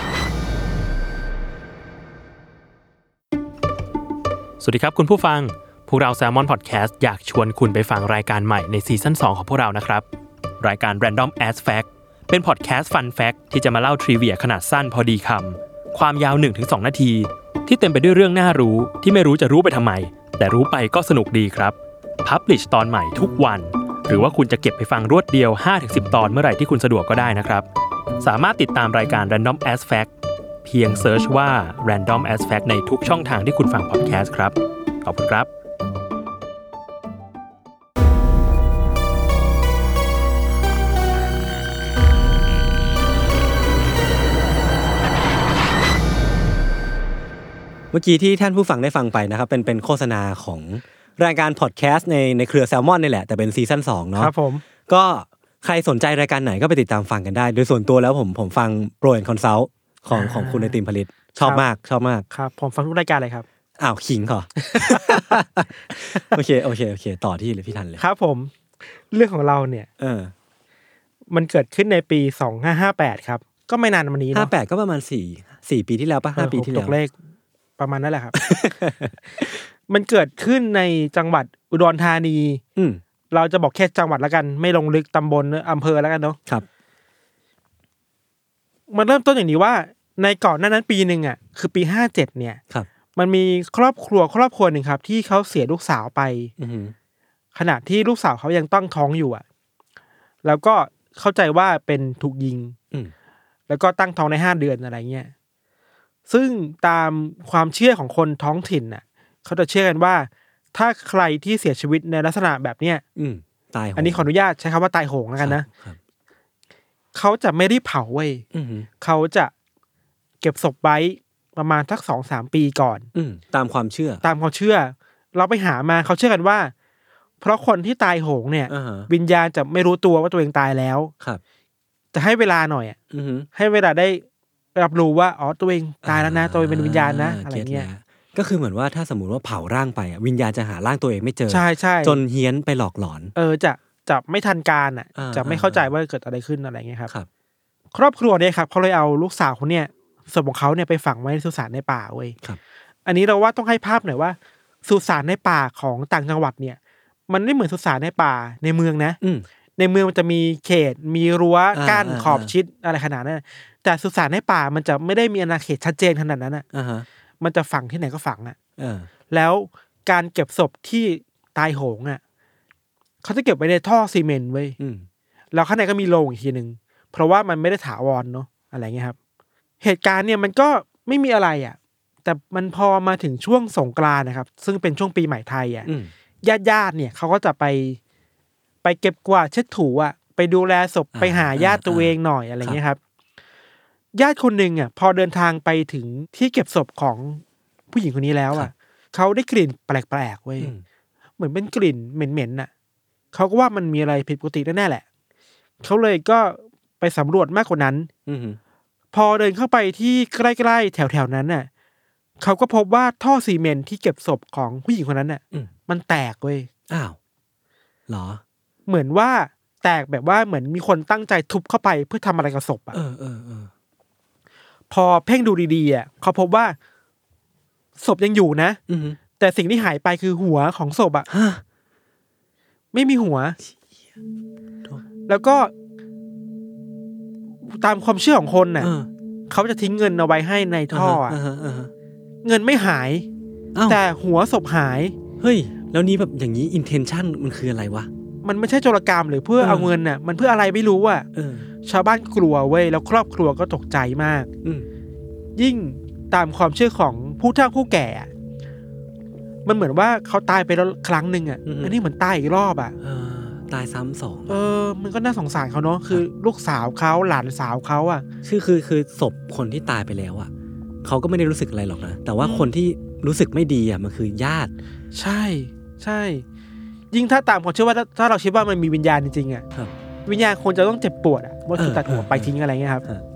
สวัสดีครับคุณผู้ฟัง พวกเรา Salmon Podcast อยากชวนคุณไปฟังรายการใหม่ในซีซั่นสองของพวกเรานะครับ รายการ Random As Fact เป็นพอดแคสต์ Fun Fact ที่จะมาเล่าทริเวียขนาดสั้นพอดีคำความยาว หนึ่งถึงสอง นาที ที่เต็มไปด้วยเรื่องน่ารู้ที่ไม่รู้จะรู้ไปทำไม แต่รู้ไปก็สนุกดีครับ Publish ตอนใหม่ทุกวัน หรือว่าคุณจะเก็บไปฟังรวดเดียว ห้าถึงสิบ ตอนเมื่อไหร่ที่คุณสะดวกก็ได้นะครับสามารถติดตามรายการ Random As Fact เพียงเซิร์ชว่า Random As Fact ในทุกช่องทางที่คุณฟังพอดแคสต์ครับขอบคุณครับเมื่อกี้ที่ท่านผู้ฟังได้ฟังไปนะครับเป็นเป็นโฆษณาของรายการพอดแคสต์ในในเครือแซลมอนนี่แหละแต่เป็นซีซั่นสองเนาะครับผมก็ใครสนใจรายการไหนก็ไปติดตามฟังกันได้ โดยส่วนตัวแล้วผมผมฟังโปรแอนด์คอนซัลท์ของของคุณไอติมผลิตชอบมากชอบมากครับผมฟังทุกรายการเลยครับอ้าวขิงเหรอ โอเคโอเคโอเคต่อที่เลยพี่ทันเลยครับผมเรื่องของเราเนี่ยเออมันเกิดขึ้นในปีสองพันห้าร้อยห้าสิบแปดครับก็ไม่นานมานี้ห้าเนาะแปดก็ประมาณสี่สี่ปีที่แล้วป่ะห้าปีที่ตแล้วกเลขประมาณนั้นแหละครับ มันเกิดขึ้นในจังหวัดอุดรธานีอืมเราจะบอกแค่จังหวัดแล้วกัน ไม่ลงลึกตำบลหรืออำเภอแล้วกันเนาะครับมันเริ่มต้นอย่างนี้ว่าในก่อนหน้านั้นปีหนึ่งอ่ะคือปีห้าเจ็ดเนี่ยครับมันมีครอบครัวครอบครัวหนึ่งครับ ที่เขาเสียลูกสาวไปอือหือขณะที่ลูกสาวเขายังตั้งท้องอยู่อ่ะ แล้วก็เข้าใจว่าเป็นถูกยิงอืมแล้วก็ตั้งท้องในห้าเดือนอะไรเงี้ยซึ่งตามความเชื่อของคนท้องถิ่นน่ะเขาจะเชื่อกันว่าถ้าใครที่เสียชีวิตในลักษณะแบบเนี้ยอืมตายโหงอันนี้ขออนุญาตใช้คำว่าตายโหงแล้วกันนะครับ เขาจะไม่รีบเผาเว้ยอืมเขาจะเก็บศพไว้ประมาณสักสองสามปีก่อนอืมตามความเชื่อตามความเชื่อ เราไปหามาเขาเชื่อกันว่า เพราะคนที่ตายโหงเนี่ยอ่าฮะวิญญาณจะไม่รู้ตัวว่าตัวเองตายแล้วครับจะให้เวลาหน่อยอ่ะอือฮึให้เวลาได้รับรู้ว่าอ๋อตัวเองตายแล้วนะตัวเองเป็นวิญญาณนะอะไรเงี้ยก็ตแล้วก็คือเหมือนว่าถ้าสมมุติว่าเผาร่างไปอ่ะวิญญาณจะหาร่างตัวเองไม่เจอใช่ใช่จนเฮี้ยนไปหลอกหลอนเออจะจะไม่ทันการอ่ะอ่าจะไม่เข้าใจว่าเกิดอะไรขึ้นอะไรเงี้ยครับครับครอบครัวเนี่ยครับเขาเลยเอาลูกสาวคนเนี่ยศพของเขาเนี่ยไปฝังไว้ในสุสานในป่าเว้ยครับอันนี้เราว่าต้องให้ภาพหน่อยว่าสุสานในป่าของต่างจังหวัดเนี่ย มันไม่เหมือนสุสานในป่าในเมืองนะอืมในเมืองมันจะมีเขต มีรั้วอ่ากั้นอ่าขอบชิดอะไรขนาดนั้นนะแต่สุสานในป่ามันจะไม่ได้มีอาณาเขตชัดเจนขนาดนั้นอ่ะอ่าฮะมันจะฝังที่ไหนก็ฝังอ่ะเออแล้วการเก็บศพที่ตายโหงอ่ะเขาจะเก็บไว้ในท่อซีเมนต์ไว้ยอืมแล้วข้างในก็มีโลงอีกทีหนึ่งเพราะว่ามันไม่ได้ถาวรเนาะอะไรเงี้ยครับ เหตุการณ์เนี่ยมันก็ไม่มีอะไรอ่ะ แต่มันพอมาถึงช่วงสงกรานต์นะครับ ซึ่งเป็นช่วงปีใหม่ไทยอ่ะอืมญาติญาติๆเนี่ยเขาก็จะไป ไปเก็บกวาดเช็ดถูอ่ะ ไปดูแลศพอ่าไปหาญาติอ่าตัวเองหน่อยอะไรเงี้ยครับ ญาติคนหนึ่งอ่ะ พอเดินทางไปถึงที่เก็บศพของผู้หญิงคนนี้แล้วอ่ะเขาได้กลิ่นแปลกๆเว้ยอืมเหมือนเป็นกลิ่นเหม็นๆน่ะเขาก็ว่ามันมีอะไรผิดปกติแน่ๆแหละเขาเลยก็ไปสำรวจมากกว่านั้นอืมพอเดินเข้าไปที่ใกล้ๆแถวๆนั้นน่ะเขาก็พบว่าท่อซีเมนต์ที่เก็บศพของผู้หญิงคนนั้นน่ะอืมมันแตกเว้ยอ้าวเหรอเหมือนว่าแตกแบบว่าเหมือนมีคนตั้งใจทุบเข้าไปเพื่อทำอะไรกับศพอ่ะเออเออเออพอเพ่งดูดีๆอ่ะเขาพบว่าศพยังอยู่นะอืมแต่สิ่งที่หายไปคือหัวของศพอ่ะฮะไม่มีหัว แล้วก็ตามความเชื่อของคนน่ะเออเขาจะทิ้งเงินเอาไว้ให้ในท่ออ่ะาฮะอ่าฮะเงินไม่หายอ้าวแต่หัวศพหายเฮ้ย แล้วนี้แบบอย่างนี้ intention มันคืออะไรวะมันไม่ใช่โจรกรรมหรือเพื่อเออเอาเงินน่ะ มันเพื่ออะไรไม่รู้อ่ะเออชาวบ้านกลัวเว้ยแล้วครอบครัวก็ตกใจมากอืมยิ่งตามความเชื่อของผู้เฒ่าผู้แก่อะมันเหมือนว่าเขาตายไปแล้วครั้งหนึ่งอ่ะ อันนี้เหมือนตายอีกรอบอ่ะเออ ตายซ้ำสองเออ มันก็น่าสงสารเขาเนาะคือลูกสาวเขาหลานสาวเขาอ่ะคือคือคือศพคนที่ตายไปแล้วอ่ะเขาก็ไม่ได้รู้สึกอะไรหรอกนะ แต่ว่าคนที่รู้สึกไม่ดีอ่ะมันคือญาติใช่ใช่ ยิ่งถ้าตามความเชื่อว่าถ้าถ้าเราคิดว่ามันมีวิญญาณจริงๆอ่ะครับวิญญาณคนจะต้องเจ็บปวดอ่ะว่าถูกเออตัดหัวเออไปทิ้งอะไรเงี้ยครับฮะ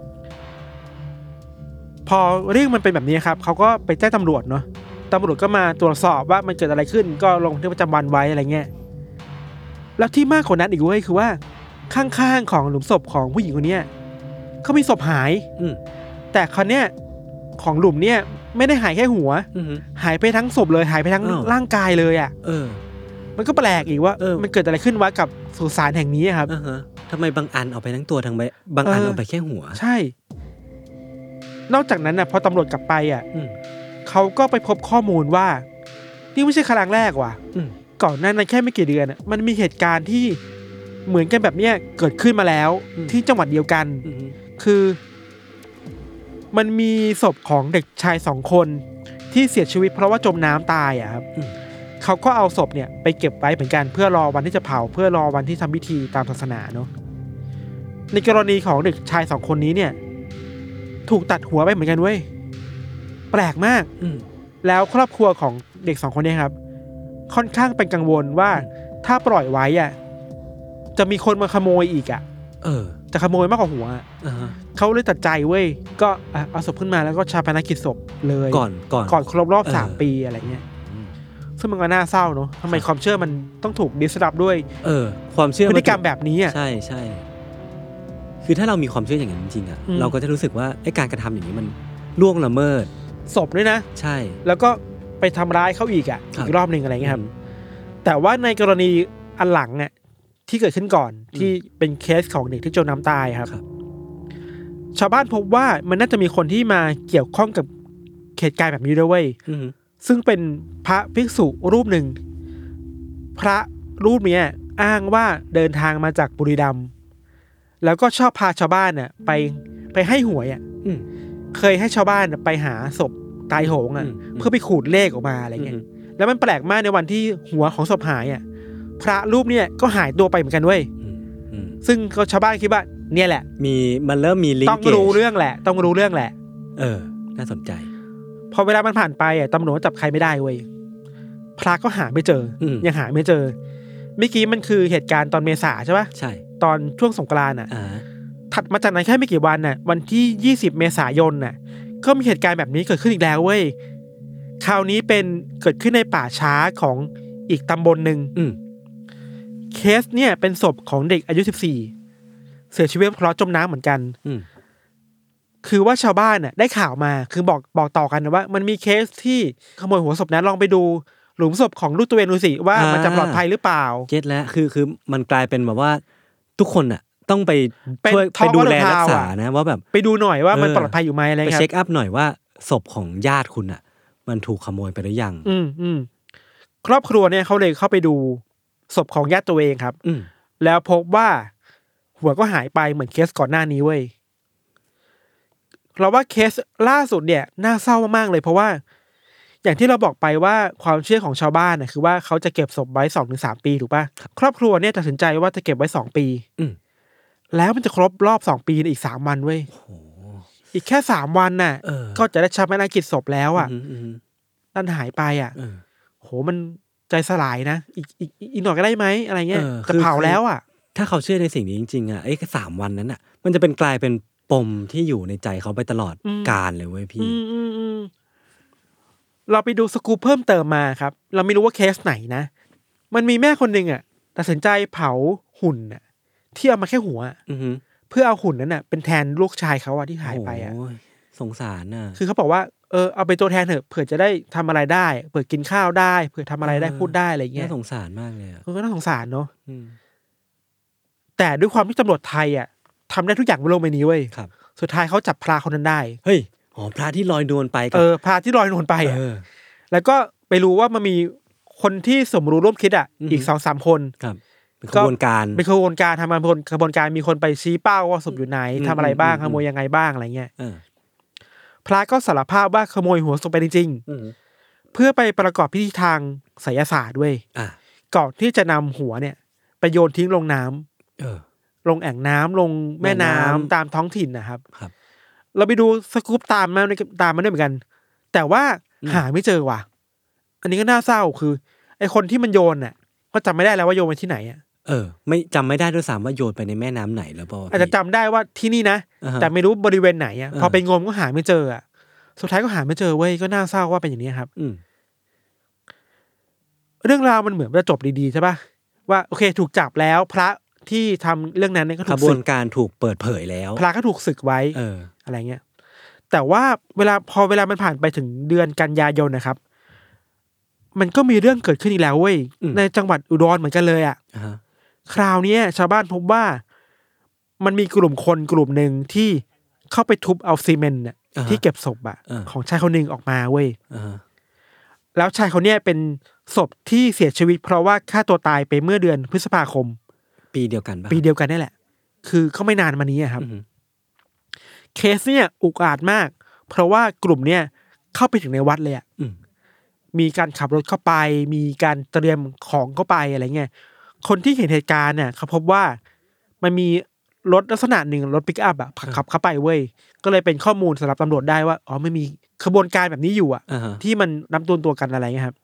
พอเรื่องมันเป็นแบบนี้ครับเขาก็ไปแจ้งตำรวจเนาะตำรวจก็มาตรวจสอบว่ามันเกิดอะไรขึ้น ก็ลงบันทึกประจำวันไว้อะไรเงี้ยแล้วที่มากกว่านั้นอีกเว้ยคือว่าข้างๆของหลุมศพของผู้หญิงคนเนี้ยเขามีศพหายอืมแต่คราวเนี้ยของหลุมเนี้ยไม่ได้หายแค่หัวอืมหายไปทั้งศพเลยหายไปทั้งอ้าวร่างกายเลยอ่ะเออมันก็แปลกอีกว่าเออมันเกิดอะไรขึ้นวะกับสุสานแห่งนี้อะครับอ่าฮะทำไมบางอันเอาไปทั้งตัวทั้งใบบางอันเออเอาไปแค่หัวใช่ นอกจากนั้นน่ะพอตำรวจกลับไปอ่ะอืมเขาก็ไปพบข้อมูลว่า นี่ไม่ใช่ครั้งแรกว่ะอืมก่อนหน้านั้นแค่ไม่กี่เดือนอะมันมีเหตุการณ์ที่เหมือนกันแบบเนี้ยเกิดขึ้นมาแล้วที่จังหวัดเดียวกันอืมคือ มันมีศพของเด็กชายสองคนที่เสียชีวิตเพราะว่าจมน้ำตายอ่ะครับอืมเขาก็เอาศพเนี่ยไปเก็บไว้เหมือนกันเพื่อรอวันที่จะเผาเพื่อรอวันที่ทำพิธีตามศาสนาเนาะในกรณีของเด็กชายสองคนนี้เนี่ย ถูกตัดหัวไปเหมือนกันเว้ยแปลกมากอืมแล้วครอบครัวของเด็กสองคนเนี้ครับ ค่อนข้างเป็นกังวลว่าถ้าปล่อยไว้อ่ะจะมีคนมาขโมยอีกอ่ะเออจะขโมยมากกว่าหัวอะอ่าฮะเขาเลยตัดใจเว้ยก็อ่ะเอาศพขึ้นมาแล้วก็ชาปนกิจศพเลยก่อนก่อนก่อนครบรอบเออสามปีอะไรเงี้ยอืมซึ่งมันก็น่าเศร้าเนาะทำไมความเชื่อมันต้องถูกดิสรับด้วยเออ ความเชื่อพฤติกรรมแบบนี้อ่ะใช่ใช่คือถ้าเรามีความเชื่ออย่างนั้นจริงๆอ่ะอืมเราก็จะรู้สึกว่าไอ้การกระทำอย่างนี้มันล่วงละเมิดศพด้วยนะใช่แล้วก็ไปทำร้ายเขาอีกอ่ะครับอีกรอบหนึ่งอะไรเงี้ยครับอืมแต่ว่าในกรณีอันหลังอ่ะที่เกิดขึ้นก่อนที่เป็นเคสของเด็กที่จมน้ำตายครับครับชาวบ้านพบว่ามันน่าจะมีคนที่มาเกี่ยวข้องกับเหตุการณ์แบบนี้ด้วยเว้ยอืมซึ่งเป็นพระภิกษุรูปหนึ่ง พระรูปเนี้ยอ้างว่าเดินทางมาจากบุรีรัมย์แล้วก็ชอบพาชาวบ้านน่ะไปไปให้หวยอ่ะเคยให้ชาวบ้านไปหาศพตายโหงอ่ะเพื่อไปขูดเลขออกมาอะไรเงี้ยแล้วมันแปลกมากในวันที่หัวของศพหายอ่ะพระรูปเนี่ยก็หายตัวไปเหมือนกันเว้ยซึ่งก็ชาวบ้านคิดว่าเนี่ยแหละมีมันเริ่มมีลิงก์ต้องรู้เรื่องแหละต้องรู้เรื่องแหละเออน่าสนใจพอเวลามันผ่านไปอ่ะตำรวจจับใครไม่ได้เว้ยพระก็หาไม่เจอยังหาไม่เจอเมื่อกี้มันคือเหตุการณ์ตอนเมษาใช่ปะใช่ตอนช่วงสงกรานต์อ่ะถัดมาจากนั้นแค่ไม่กี่วันน่ะวันที่ยี่สิบเมษายนน่ะก็มีเหตุการณ์แบบนี้เกิดขึ้นอีกแล้วเว้ยคราวนี้เป็นเกิดขึ้นในป่าช้าของอีกตำบลหนึ่งเคสเนี่ยเป็นศพของเด็กอายุสิบสี่เสียชีวิตเพราะจมน้ำเหมือนกันคือว่าชาวบ้านน่ะได้ข่าวมาคือบอกบอกต่อกันนะว่ามันมีเคสที่ขโมยหัวศพนั้นลองไปดูหลุมศพของลูกตัวเองดูสิว่ามันจะปลอดภัยหรือเปล่าเก็ทแล้วคือคือมันกลายเป็นแบบว่าทุกคนน่ะต้องไปช่วยไปดูแลรักษานะว่าแบบไปดูหน่อยว่ามันปลอดภัยอยู่ไหมอะไรเงี้ยไปเช็คอัพหน่อยว่าศพของญาติคุณน่ะมันถูกขโมยไปหรือยังอืมอืมครอบครัวเนี่ยเขาเลยเข้าไปดูศพของญาติตัวเองครับแล้วพบว่าหัวก็หายไปเหมือนเคสก่อนหน้านี้เว้ยเราว่าเคสล่าสุดเนี่ยน่าเศร้ามากๆเลยเพราะว่าอย่างที่เราบอกไปว่าความเชื่อของชาวบ้านน่ะคือว่าเขาจะเก็บศพไว้ สองถึงสาม ปีถูกป่ะครอบครัวเนี่ยตัดสินใจว่าจะเก็บไว้สองปีแล้วมันจะครบรอบสองปีในอีกสามวันเว้ยอีกแค่สามวันน่ะก็จะได้ชาปนกิจศพแล้วอ่ะนั่นหายไปอ่ะโหมันใจสลายนะอีกอีกอีกหน่อยก็ได้ไหมอะไรเงี้ยจะเผาแล้วอ่ะถ้าเขาเชื่อในสิ่งนี้จริงๆอ่ะไอ้สามวันนั้นอ่ะมันจะเป็นกลายเป็นปมที่อยู่ในใจเขาไปตลอดกาลเลยเว้ยพี่เราไปดูสกู๊ปเพิ่มเติมมาครับเราไม่รู้ว่าเคสไหนนะมันมีแม่คนหนึ่งอ่ะตัดสินใจเผาหุ่นอ่ะที่เอามาแค่หัวเพื่อเอาหุ่นนั้นอ่ะเป็นแทนลูกชายเขาอ่ะที่หายไปอ่ะสงสารน่ะคือเขาบอกว่าเออเอาไปตัวแทนเถอะเผื่อจะได้ทำอะไรได้เผื่อกินข้าวได้เผื่อทำอะไรได้พูดได้อะไรเงี้ยน่าสงสารมากเลยอ่ะก็น่าสงสารเนาะแต่ด้วยความที่ตำรวจไทยอ่ะทำได้ทุกอย่างบนโลกใบนี้เว้ยสุดท้ายเขาจับพระคนนั้นได้เฮ้ยอ๋อพระที่ลอยนวลไปเออพระที่ลอยนวลไปอ่ะแล้วก็ไปรู้ว่ามันมีคนที่สมรู้ร่วมคิดอ่ะอีก สองสาม คนครับเป็นขบวนการเป็นขบวนการทำงานขบวนการมีคนไปชี้เป้าว่าศพอยู่ไหนทำอะไรบ้างขโมยยังไงบ้างอะไรเงี้ยพระก็สารภาพว่าขโมยหัวศพไปจริงๆเพื่อไปประกอบพิธีทางไสยศาสตร์ด้วยก่อนที่จะนำหัวเนี่ยไปโยนทิ้งลงน้ำลงแอ่งน้ำลงแม่น้ำตามท้องถิ่นนะครับเราไปดูสกู๊ปตามมาตามมาด้วยเหมือนกันแต่ว่าหาไม่เจอว่ะอันนี้ก็น่าเศร้าคือไอคนที่มันโยนน่ะก็จำไม่ได้แล้วว่าโยนไปที่ไหนอ่ะเออไม่จำไม่ได้ด้วยซ้ำว่าโยนไปในแม่น้ำไหนแล้วป่ะอาจจะจำได้ว่าที่นี่นะแต่ไม่รู้บริเวณไหนอ่ะพอไปงมก็หาไม่เจออ่ะสุดท้ายก็หาไม่เจอเว้ยก็น่าเศร้าว่าเป็นอย่างนี้ครับเรื่องราวมันเหมือนจะจบดีๆใช่ป่ะว่าโอเคถูกจับแล้วพระที่ทำเรื่องนั้นเนี่ยก็ถูกกระบวนการถูกเปิดเผยแล้วพระก็ถูกสึกไว้เอออะไรเงี้ยแต่ว่าเวลาพอเวลามันผ่านไปถึงเดือนกันยายนนะครับมันก็มีเรื่องเกิดขึ้นอีกแล้วเว้ยในจังหวัดอุดรเหมือนกันเลยอ่ะคราวนี้ชาวบ้านพบว่ามันมีกลุ่มคนกลุ่มหนึ่งที่เข้าไปทุบเอาซีเมนต์เนี่ยที่เก็บศพอ่ะของชายคนหนึ่งออกมาเว้ยแล้วชายคนนี้เป็นศพที่เสียชีวิตเพราะว่าฆ่าตัวตายไปเมื่อเดือนพฤษภาคมปีเดียวกันป่ะปีเดียวกันนี่แหละคือเขาไม่นานมานี้ครับเคสเนี่ยอุกอาจมากเพราะว่ากลุ่มเนี่ยเข้าไปถึงในวัดเลยอ่ะมีการขับรถเข้าไปมีการเตรียมของเข้าไปอะไรเงี้ยคนที่เห็นเหตุการณ์เนี่ยเขาพบว่ามันมีรถลักษณะหนึ่งรถปิกอัพอ่ะขับเข้าไปเว้ยก็เลยเป็นข้อมูลสำหรับตำรวจได้ว่าอ๋อไม่มีขบวนการแบบนี้อยู่อ่ะ uh-huh. ที่มันนับตัวตัวกันอะไรเงี้ยครับ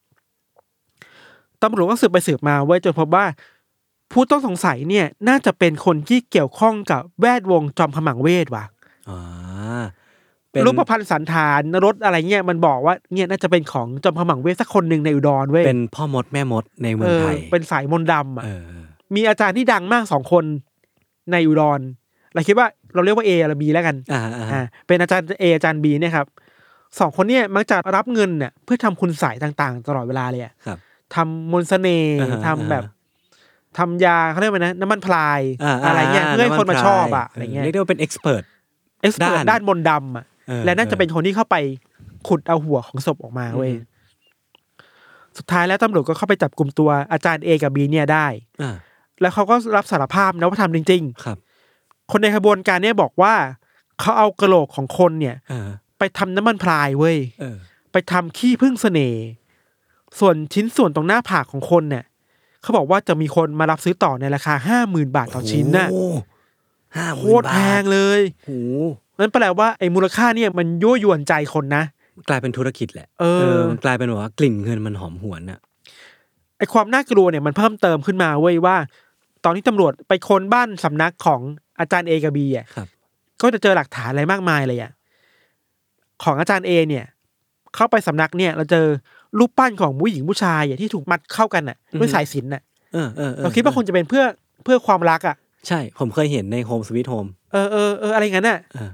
ตำรวจก็สืบไปสืบมาเว้ยจนพบว่าผู้ต้องสงสัยเนี่ยน่าจะเป็นคนที่เกี่ยวข้องกับแวดวงจอมขมังเวทว่ะอ๋อรูปพรรณสันฐานรถอะไรเงี้ยมันบอกว่าเนี่ยน่าจะเป็นของจอมขมังเวทสักคนหนึ่งในอุดรเว้ยเป็นพ่อมดแม่มดในเมืองไทยเป็นสายมนต์ดำอ่ะมีอาจารย์ที่ดังมากสองคนในอุดรเราคิดว่าเราเรียกว่าเอหรือบีแล้วกันอ่าอ่าเป็นอาจารย์เออาจารย์บีเนี่ยครับสองคนเนี่ยมักจะรับเงินเนี่ยเพื่อทำคุณใส่ต่างๆตลอดเวลาเลยอ่ะทำมนต์เสน่ห์ทำแบบทำยาเขาเรียกว่านะน้ำมันพลายอะไรเงี้ยเพื่อให้คนมาชอบอ่ะอะไรเงี้ยเรียกได้ว่าเป็นเอ็กซ์เพิร์ทเอ็กซ์เพิร์ทด้านมนต์ดำอ่ะและน่าจะเป็นคนที่เข้าไปขุดเอาหัวของศพออกมาเว้ยสุดท้ายแล้วตำรวจก็เข้าไปจับกลุ่มตัวอาจารย์เอกับบีเนี่ยได้แล้วเขาก็รับสารภาพนะว่าทำจริงๆครับคนในขบวนการเนี่ยบอกว่าเขาเอากระโหลกของคนเนี่ยเออไปทำน้ำมันพรายเว้ยเออไปทำขี้ผึ้งเสน่ห์ส่วนชิ้นส่วนตรงหน้าผากของคนเนี่ยเขาบอกว่าจะมีคนมารับซื้อต่อในราคาห้าหมื่นบาทต่อชิ้นน่ะโอ้ห้าหโคมื่นตรบาทแพงเลยโอ้นั่นแปลว่าไอ้มูลค่าเนี่ยมันยั่วยวนใจคนนะกลายเป็นธุรกิจแหละเออมันกลายเป็นแบบว่ากลิ่นเงินมันหอมหวนน่ะไอ้ความน่ากลัวเนี่ยมันเพิ่มเติมขึ้นมาเว้ยว่า ตอนที่ตำรวจไปค้นบ้านสำนักของอาจารย์เอกับบีอ่ะครับก็จะเจอหลักฐานอะไรมากมายเลยอ่ะของอาจารย์เอเนี่ย เข้าไปสำนักเนี่ยเราเจอรูปปั้นของผู้หญิงผู้ชายอ่ะที่ถูกมัดเข้ากันอ่ะด้วยสายสิญจน์อ่ะเออเออเราคิดว่าคงจะเป็นเพื่อเพื่อความรักอ่ะใช่ผมเคยเห็นในโฮมสวีทโฮมเออเออเอออะไรงั้นน่ะเออน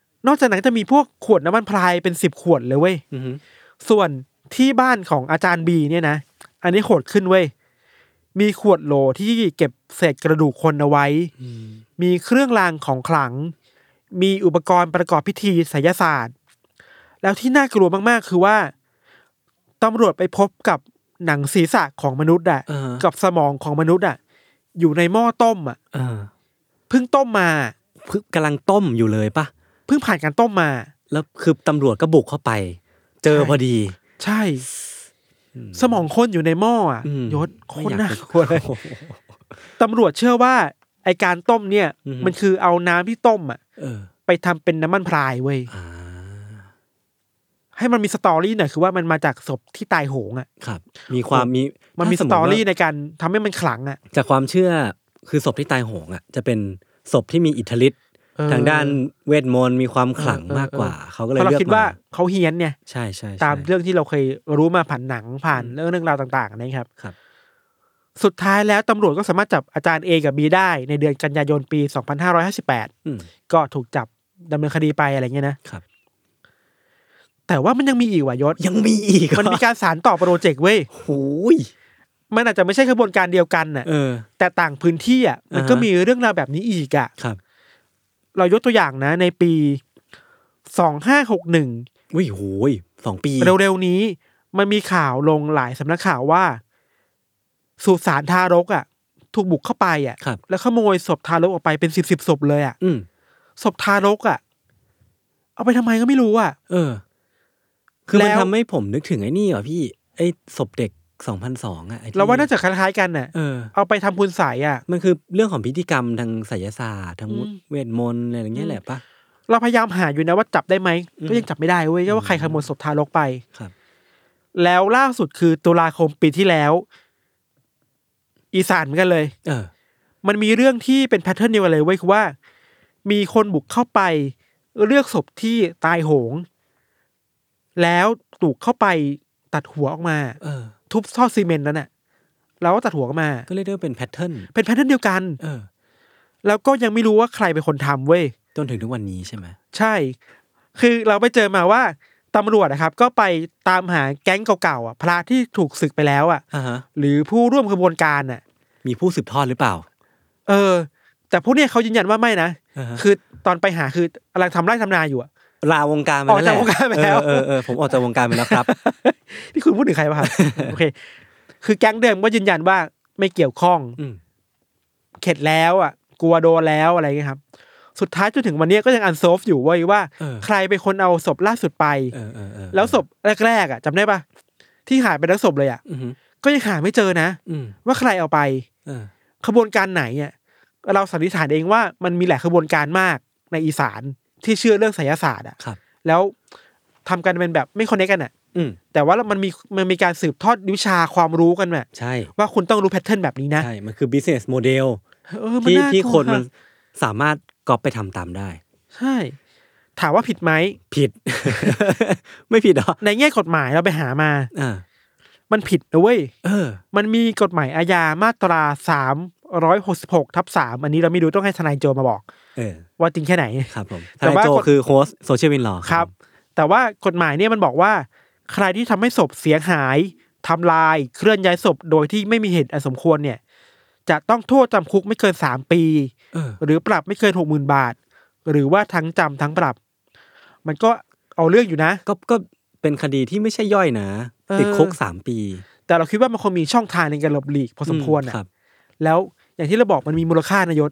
อกจากนั้นจะมีพวกขวดน้ำมันพรายเป็นสิบขวดเลยเว้ยอือฮึส่วนที่บ้านของอาจารย์บีเนี่ยนะอันนี้โหดขึ้นเว้ยมีขวดโหลที่เก็บเศษกระดูกคนเอาไว้อืมมีเครื่องรางของขลัง มีอุปกรณ์ประกอบพิธีไสยศาสตร์ แล้วที่น่ากลัวมากๆคือว่าตำรวจไปพบกับหนังศีรษะของมนุษย์อ่ะเออกับสมองของมนุษย์อ่ะอยู่ในหม้อต้มอ่ะเออเพิ่งต้มมาเพิ่งกำลังต้มอยู่เลยปะเพิ่งผ่านการต้มมาแล้วคือตำรวจก็บุกเข้าไป เจอใช่พอดีใช่ สมองคนอยู่ในหม้ออ่ะอืมยศโคไม่ตอรยากน่าจะกลัวเลยตำรวจเชื่อว่าไอการต้มเนี่ยอือฮึมันคือเอาน้ำที่ต้มอ่ะเออไปทำเป็นน้ำมันพรายเว้ยอ่าให้มันมีสตอรี่หน่อยคือว่ามันมาจากศพที่ตายโหงอ่ะครับ มีความมีมันมีสถ้าติตอรี่ว่าในการทำให้มันขลังอ่ะจากความเชื่อคือศพที่ตายโหงอ่ะ จะเป็นศพที่มีอิทธิฤทธิ์เออทางด้านเวทมนต์มีความขลังเออเออมากกว่า เขาก็เพเลยราะเราเลือกคิดว่ามาเขาเฮี้ยนเนี่ยใช่ใช่ใช่ตามเรื่องที่เราเคยรู้มาผ่านหนังผ่านเรื่องเรื่องราวต่างๆนะครับครับสุดท้ายแล้วตำรวจก็สามารถจับอาจารย์เอกับบีได้ในเดือนกันยายนปีสองพันห้าร้อยห้าสิบแปดอืมก็ถูกจับดำเนินคดีไปอะไรเงี้ยนะครับ แต่ว่ามันยังมีอีกว่ะยศยังมีอีกเหรอมันมีการสานต่อโปรเจกต์เว้ยโอ้ยมันอาจจะไม่ใช่ขบวนการเดียวกันน่ะเออแต่ต่างพื้นที่อ่ะมันก็อ่าฮะมีเรื่องราวแบบนี้อีกอ่ะครับเรายกตัวอย่างนะ ในปีสองห้าหกหนึ่งวิโหยสองปีเร็วๆนี้ มันมีข่าวลงหลายสำนักข่าวว่าสุสานทารกอ่ะ ถูกบุกเข้าไปอ่ะครับแล้วขโมยศพทารกออกไปเป็นสิบสิบศพเลยอ่ะอืมศพทารกอ่ะ เอาไปทำไมก็ไม่รู้อ่ะเออ คือมันแล้วทำให้ผมนึกถึงไอ้นี่เหรอพี่ ไอ้ศพเด็กสองพันสองอ่ะไอ้ที่เราว่าน่าจะคล้ายๆกันน่ะเออเอาไปทำคุณใสยอ่ะมันคือเรื่องของพิธีกรรมทางไสยศาสตร์ทางอืมเวทมนต์อะไรอย่างเงี้ยแหละปะเราพยายามหาอยู่นะว่าจับได้ไหมอืมก็ยังจับไม่ได้เว้ยว่าใครขโมยศพทารกไปครับแล้วล่าสุดคือตุลาคมปีที่แล้ว อีสานเหมือนกันเลยเออมันมีเรื่องที่เป็นแพทเทิร์นเดียวกันเลยเว้ยคือว่า มีคนบุกเข้าไปเลือกศพที่ตายโหง แล้วถูกเข้าไปตัดหัวออกมาเออทุบท่อซีเมนต์นั่นน่ะแล้วก็ตัดหัวออกมาก็เรียกได้ว่าเป็นแพทเทิร์นเป็นแพทเทิร์นเดียวกันเออแล้วก็ยังไม่รู้ว่าใครเป็นคนทำเว้ยจนถึงทุกวันนี้ใช่ไหมใช่ คือเราไปเจอมาว่าตำรวจนะครับ ก็ไปตามหาแก๊งเก่าๆอ่ะพระที่ถูกสึกไปแล้วอ่ะอ่าฮะหรือผู้ร่วมขบวนการอ่ะมีผู้สืบทอดหรือเปล่าเออ แต่พวกเนี้ยเขายืนยันว่าไม่นะอ่าฮะคือตอนไปหาคือกำลังทำไร่ทำนาอยู่อ่ะลาวงการไปออกแล้วแหจากละวงการไปแล้วเออเออเออผมออกจากวงการไปแล้วครับที่คุณพูดถึงใครป่ะครับ โอเค คือแก๊งเดิมก็ยืนยันว่าไม่เกี่ยวข้องอืมเข็ดแล้วอ่ะ กลัวโดนแล้วอะไรเงี้ยครับ สุดท้ายจนถึงวันนี้ก็ยังอันโซฟอยู่เว้ยว่าเออใครเป็นคนเอาศพล่าสุดไปเออเออเออแล้วศพแรกๆอ่ะจำได้ป่ะที่หายไปทั้งศพเลยอ่ะอือฮึก็ยังหาไม่เจอนะอืมว่าใครเอาไปเออขบวนการไหนอ่ะเราสันนิษฐานเองว่ามันมีหลายขบวนการมากในอีสานที่เชื่อเรื่องไสยศาสตร์อ่ะครับแล้วทำกันเป็นแบบไม่คอนเนคกันอ่ะอืมแต่ว่ามันมีมันมีการสืบทอดวิชาความรู้กันแบบใช่ว่าคุณต้องรู้แพทเทิร์นแบบนี้นะใช่ มันคือ business model เออมันที่น่ากลัวที่คนมันสามารถก๊อปไปทำตามได้ใช่ ถามว่าผิดไหมผิด ไม่ผิดหรอในแง่กฎหมายเราไปหามาอ่ามันผิดนะเว้ยเออมันมีกฎหมายอาญามาตราสามร้อยหกสิบหกทับสามอันนี้เราไม่รู้ต้องให้ทนายโจมาบอกเออว่าจริงแค่ไหนครับผมแต่ทนายว่าโจกฎคือโค้ชโซเชียลวินลอครับ แต่ว่ากฎหมายเนี่ยมันบอกว่า ใครที่ทำให้ศพเสียหายทำลายเคลื่อนย้ายศพโดยที่ไม่มีเหตุอันสมควรเนี่ย จะต้องโทษจำคุกไม่เกินสามปีเออหรือปรับไม่เกินหกหมื่นบาท หรือว่าทั้งจำทั้งปรับ มันก็เอาเรื่องอยู่นะก็ก็เป็นคดีที่ไม่ใช่ย่อยนะเออติดคุกสามปีแต่เราคิดว่ามันคงมีช่องทางในการหลบหลีกพอสมควรอือ่ะครับแล้วอย่างที่เราบอกมันมีมูลค่านายศ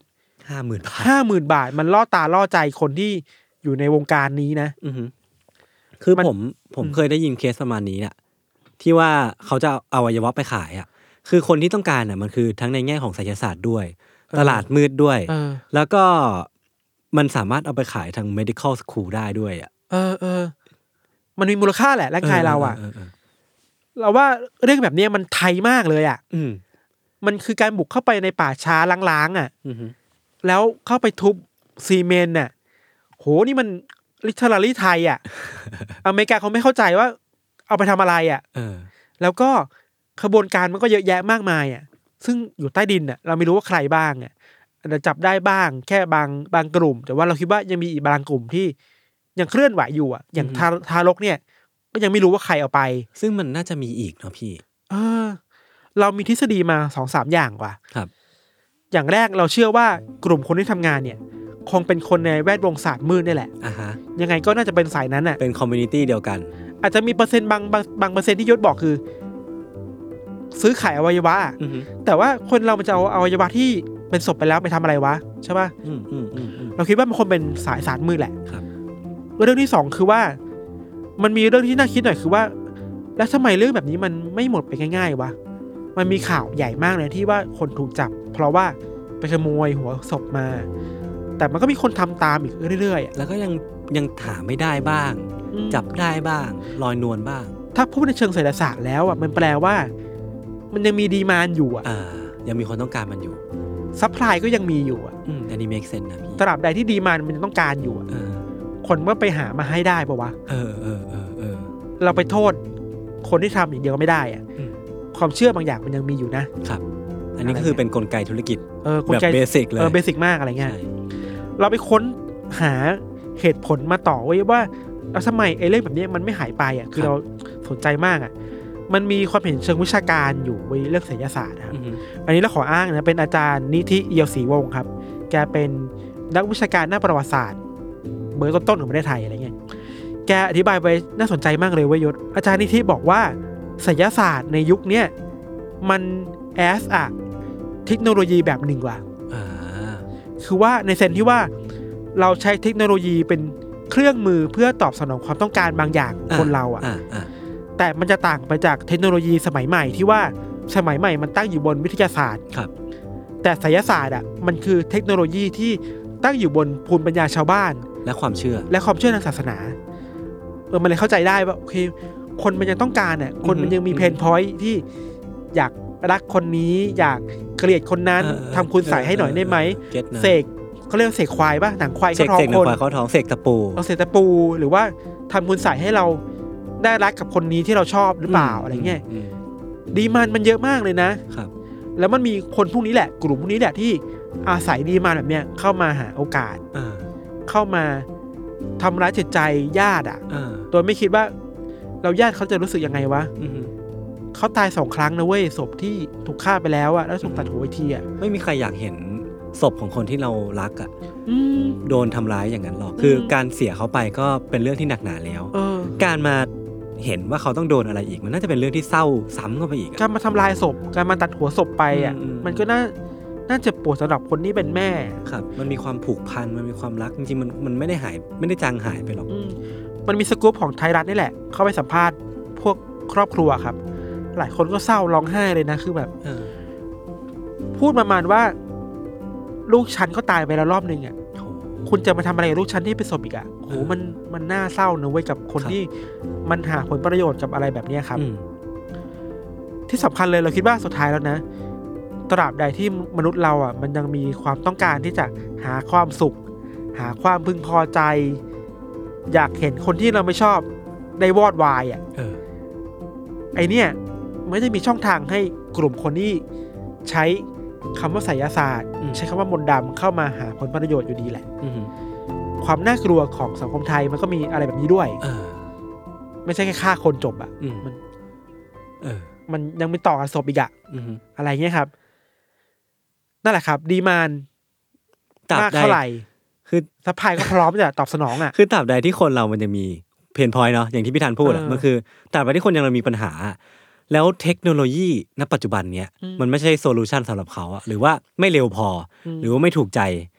ห้าหมื่นบาทห้าหมื่นบาทมันล่อตาล่อใจคนที่อยู่ในวงการนี้นะอือฮึคือมันผมผมเคยได้ยินเคสประมาณนี้เนี่ยที่ว่าเขาจะเอาอวัยวะไปขายอ่ะคือคนที่ต้องการอ่ะมันคือทั้งในแง่ของไสยศาสตร์ด้วยตลาดมืดด้วยเออแล้วก็มันสามารถเอาไปขายทาง medical school ได้ด้วยอ่ะเออเออมันมีมูลค่าแหละร่างกายเราอ่ะเออเออเราว่าเรื่องแบบนี้มันไทยมากเลยอ่ะอืมมันคือการบุกเข้าไปในป่าช้าล้างๆอ่ะอือฮึแล้วเข้าไปทุบซีเมนต์น่ะโหนี่มันลิเทอรารีไทยอ่ะ อเมริกาเขาไม่เข้าใจว่าเอาไปทำอะไรอ่ะเออแล้วก็ขบวนการมันก็เยอะแยะมากมายอ่ะ ซึ่งอยู่ใต้ดินอ่ะ เราไม่รู้ว่าใครบ้างอ่ะอาจจะจับได้บ้างแค่บางบางกลุ่ม แต่ว่าเราคิดว่ายังมีอีกบางกลุ่มที่ยังเคลื่อนไหวอยู่อ่ะ อย่างทาทารกเนี่ย ก็ยังไม่รู้ว่าใครเอาไปซึ่งมันน่าจะมีอีกเนาะพี่เออ เรามีทฤษฎีมาสองสามอย่างกว่าครับอย่างแรกเราเชื่อว่ากลุ่มคนที่ทำงานเนี่ย คงเป็นคนในแวดวงศาสตร์มืดนี่แหละอ่าฮะยังไงก็น่าจะเป็นสายนั้นอ่ะเป็นคอมมูนิตี้เดียวกันอาจจะมีเปอร์เซ็นต์บางบางบางเปอร์เซ็นต์ที่ยศบอกคือ ซื้อขายอวัยวะอือฮึแต่ว่าคนเรามันจะเอาอวัยวะที่เป็นศพไปแล้วไปทำอะไรวะใช่ป่ะอืมอืมอืมอืมเราคิดว่ามันคงเป็นสายศาสตร์มืดแหละครับเรื่องที่สองคือว่า มันมีเรื่องที่น่าคิดหน่อยคือว่า แล้วทำไมเรื่องแบบนี้มันไม่หมดไปง่ายๆวะมันมีข่าวใหญ่มากเลยที่ว่าคนถูกจับ เพราะว่าไปขโมยหัวศพมา แต่มันก็มีคนทำตามอีกเรื่อยๆอะแล้วก็ยังยังหาไม่ได้บ้างอืมจับได้บ้างลอยนวลบ้างถ้าพูดในเชิงเศรษฐศาสตร์แล้วอ่ะมันแปลว่า มันยังมีดีมานด์อยู่อ่ะอ่า ยังมีคนต้องการมันอยู่ซัพพลายก็ยังมีอยู่อ่ะอืมอันนี้ make sense นะพี่ตราบใดที่ดีมานด์มันต้องการอยู่อะเออคนก็ไปหามาให้ได้ปะวะเออเออเออเออเราไปโทษคนที่ทำอย่างเดียวก็ไม่ได้อ่ะอืมความเชื่อบางอย่างมันยังมีอยู่นะครับอันนี้ก็คือเป็นกลไกธุรกิจเออกลแบบไกเบสิกเลยเออเบสิกมากอะไรเงี้ยใช่เราไปค้นหาเหตุผลมาต่อไว้ว่าแล้วทำไมไอ้เรื่องแบบนี้มันไม่หายไปอ่ะคือเราสนใจมากอ่ะมันมีความเห็นเชิงวิชาการอยู่ไว้เรื่องไสยศาสตร์นะครับอือฮึอันนี้เราขออ้างนะเป็นอาจารย์นิธิเอียวศรีวงศ์ครับ แกเป็นนักวิชาการด้านประวัติศาสตร์เบอร์ต้นๆของประเทศไทยอะไรเงี้ยแกอธิบายไว้น่าสนใจมากเลยเว้ยยศอาจารย์นิธิบอกว่าไสยศาสตร์ในยุคเนี้ยมันแอสอะเทคโนโลยีแบบหนึ่งว่ะอ่าคือว่าในเซนที่ว่าเราใช้เทคโนโลยีเป็นเครื่องมือเพื่อตอบสนองความต้องการบางอย่างของคนเราอ่ะอ่าอ่าแต่มันจะต่างไปจากเทคโนโลยีสมัยใหม่ที่ว่าสมัยใหม่มันตั้งอยู่บนวิทยาศาสตร์ครับแต่ไสยศาสตร์อ่ะมันคือเทคโนโลยีที่ตั้งอยู่บนภูมิปัญญาชาวบ้านและความเชื่อและความเชื่อทางศาสนาเออมันเลยเข้าใจได้ว่าโอเคคนมันยังต้องการอ่ะคนมันยังมีเพนพอยท์ที่อยากรักคนนี้อยากเกลียดคนนั้นเออเออทำคุณใส่ให้หน่อยได้ไหมเก็ตนะเสกเขาเรียกว่าเสกควายป่ะหนังควายเสเขากท้อเสงกหนัคงนควายเขาท้องเสกตะปูเอาเสกตะปูหรือว่าทำคุณใส่ให้เราได้รักกับคนนี้ที่เราชอบหรือเปล่าอะไรเงี้ยอืมดีมันมันเยอะมากเลยนะครับแล้วมันมีคนพวกนี้แหละ กลุ่มพวกนี้แหละที่อาศัยดีมันแบบเนี้ยเข้ามาหาโอกาสอ่าเข้ามาทำร้ายจิตใจญาติอ่ะอ่าโดยไม่คิดว่าเราญาติเขาจะรู้สึกยังไงวะอืมเขาตายสองครั้งนะเว้ยศพที่ถูกฆ่าไปแล้วอะแล้วถูกตัดหัวอีกทีอะไม่มีใครอยากเห็นศพของคนที่เรารักอ่ะอืมโดนทำร้ายอย่างนั้นหรอก คืออมการเสียเขาไปก็เป็นเรื่องที่หนักหนาแล้วเออการมาเห็นว่าเขาต้องโดนอะไรอีก มันน่าจะเป็นเรื่องที่เศร้าซ้ำเข้าไปอีกอะการมาทำลายศพการมาตัดหัวศพไปอะอืมอืมมันก็น่าน่าจะปวดสำหรับคนที่เป็นแม่ครับ มันมีความผูกพัน มันมีความรัก จริงๆ มันมันไม่ได้หาย ไม่ได้จางหายไปหรอกอืมมันมีสกู๊ปของไทยรัฐนี่แหละ เข้าไปสัมภาษณ์พวกครอบครัวครับ หลายคนก็เศร้าร้องไห้เลยนะคือแบบเออพูดประมาณว่า ลูกฉันก็ตายไปแล้วรอบนึงอ่ะโหคุณจะมาทำอะไรกับลูกฉันที่เป็นศพอีกอ่ะโหเออมันมันน่าเศร้านะเว้ยกับคนครับที่มันหาผลประโยชน์กับอะไรแบบเนี้ยครับอืมที่สำคัญเลยเราคิดว่าสุดท้ายแล้วนะตราบใดที่มนุษย์เราอ่ะ มันยังมีความต้องการที่จะหาความสุข หาความพึงพอใจ อยากเห็นคนที่เราไม่ชอบได้วอดวายอ่ะเออไอเนี่ยไม่ได้มีช่องทางให้กลุ่มคนที่ใช้คำว่าไสยศาสตร์อืมใช้คำว่ามนต์ดำเข้ามาหาผลประโยชน์อยู่ดีแหละอืมความน่ากลัวของสังคมไทยมันก็มีอะไรแบบนี้ด้วยเออไม่ใช่แค่ฆ่าคนจบอ่ะอืมมันเออมันยังมีต่อกันศพอีกอะอืมอะไรเงี้ยครับนั่นแหละครับ ดีมานตราบมากใดเท่าไหร่คือซัพพลายก็พร้อมจะตอบสนองอ่ะคือตราบใดที่คนเรามันจะมีเพนพอยต์เนาะ อย่างที่พี่ธันพูดอ่ะเออมันคือตราบใดที่คนยังมีปัญหา แล้วเทคโนโลยีณปัจจุบันเนี้ยอืมมันไม่ใช่โซลูชันสำหรับเขาอะหรือว่าไม่เร็วพออมหรือว่าไม่ถูกใจ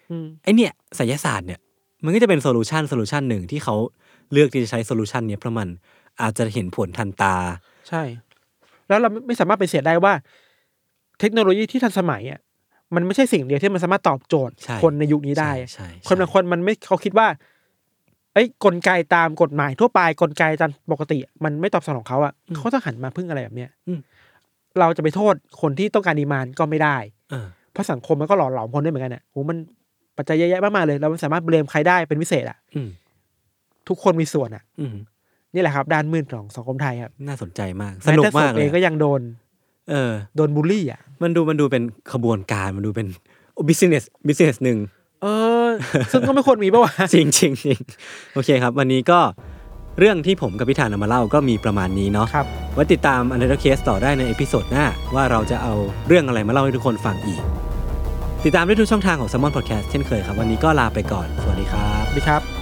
ไอเนี่ยไสยศาสตร์เนี่ยมันก็จะเป็นโซลูชันโซลูชันหนึ่งที่เขาเลือกที่จะใช้โซลูชันนี้เพราะมันอาจจะเห็นผลทันตาใช่แล้วเราไม่สามารถไปเสียได้ว่าเทคโนโลยีที่ทันสมัยอ่ะมันไม่ใช่สิ่งเดียวที่มันสามารถตอบโจทย์คนในยุคนี้ได้คนบางคนมันไม่เขาคิดว่าไอ้กลไกตามกฎหมายทั่วไปกลไกตามปกติมันไม่ตอบสนองเขาอ่ะเขาต้องหันมาพึ่งอะไรแบบเนี้ยเราจะไปโทษคนที่ต้องการดีมานด์ก็ไม่ได้เพราะสังคมมันก็หล่อหลอมคนได้เหมือนกันเนี่ยโอ้มันปัจจัยเยอะแยะมากมายเลยเราไม่สามารถเบลมใครได้เป็นพิเศษอ่ะทุกคนมีส่วนอ่ะนี่แหละครับด้านมืดของสังคมไทยครับน่าสนใจมากสนุกมากเลยเองก็ยังโดนเออโดนบูลลี่อ่ะมันดูมันดูเป็นขบวนการมันดูเป็น business business นึงเออซึ่งก็ไม่ควรมีป่ะวะจริงจริงจริงโอเคครับวันนี้ก็เรื่องที่ผมกับพี่ธานำมาเล่าก็มีประมาณนี้เนาะครับไว้ติดตาม Untitled Case ต่อได้ในเอพิโซดหน้าว่าเราจะเอาเรื่องอะไรมาเล่าให้ทุกคนฟังอีกติดตามได้ทุกช่องทางของ Salmon Podcast เช่นเคยครับวันนี้ก็ลาไปก่อนสวัสดีครับสวัสดีครับ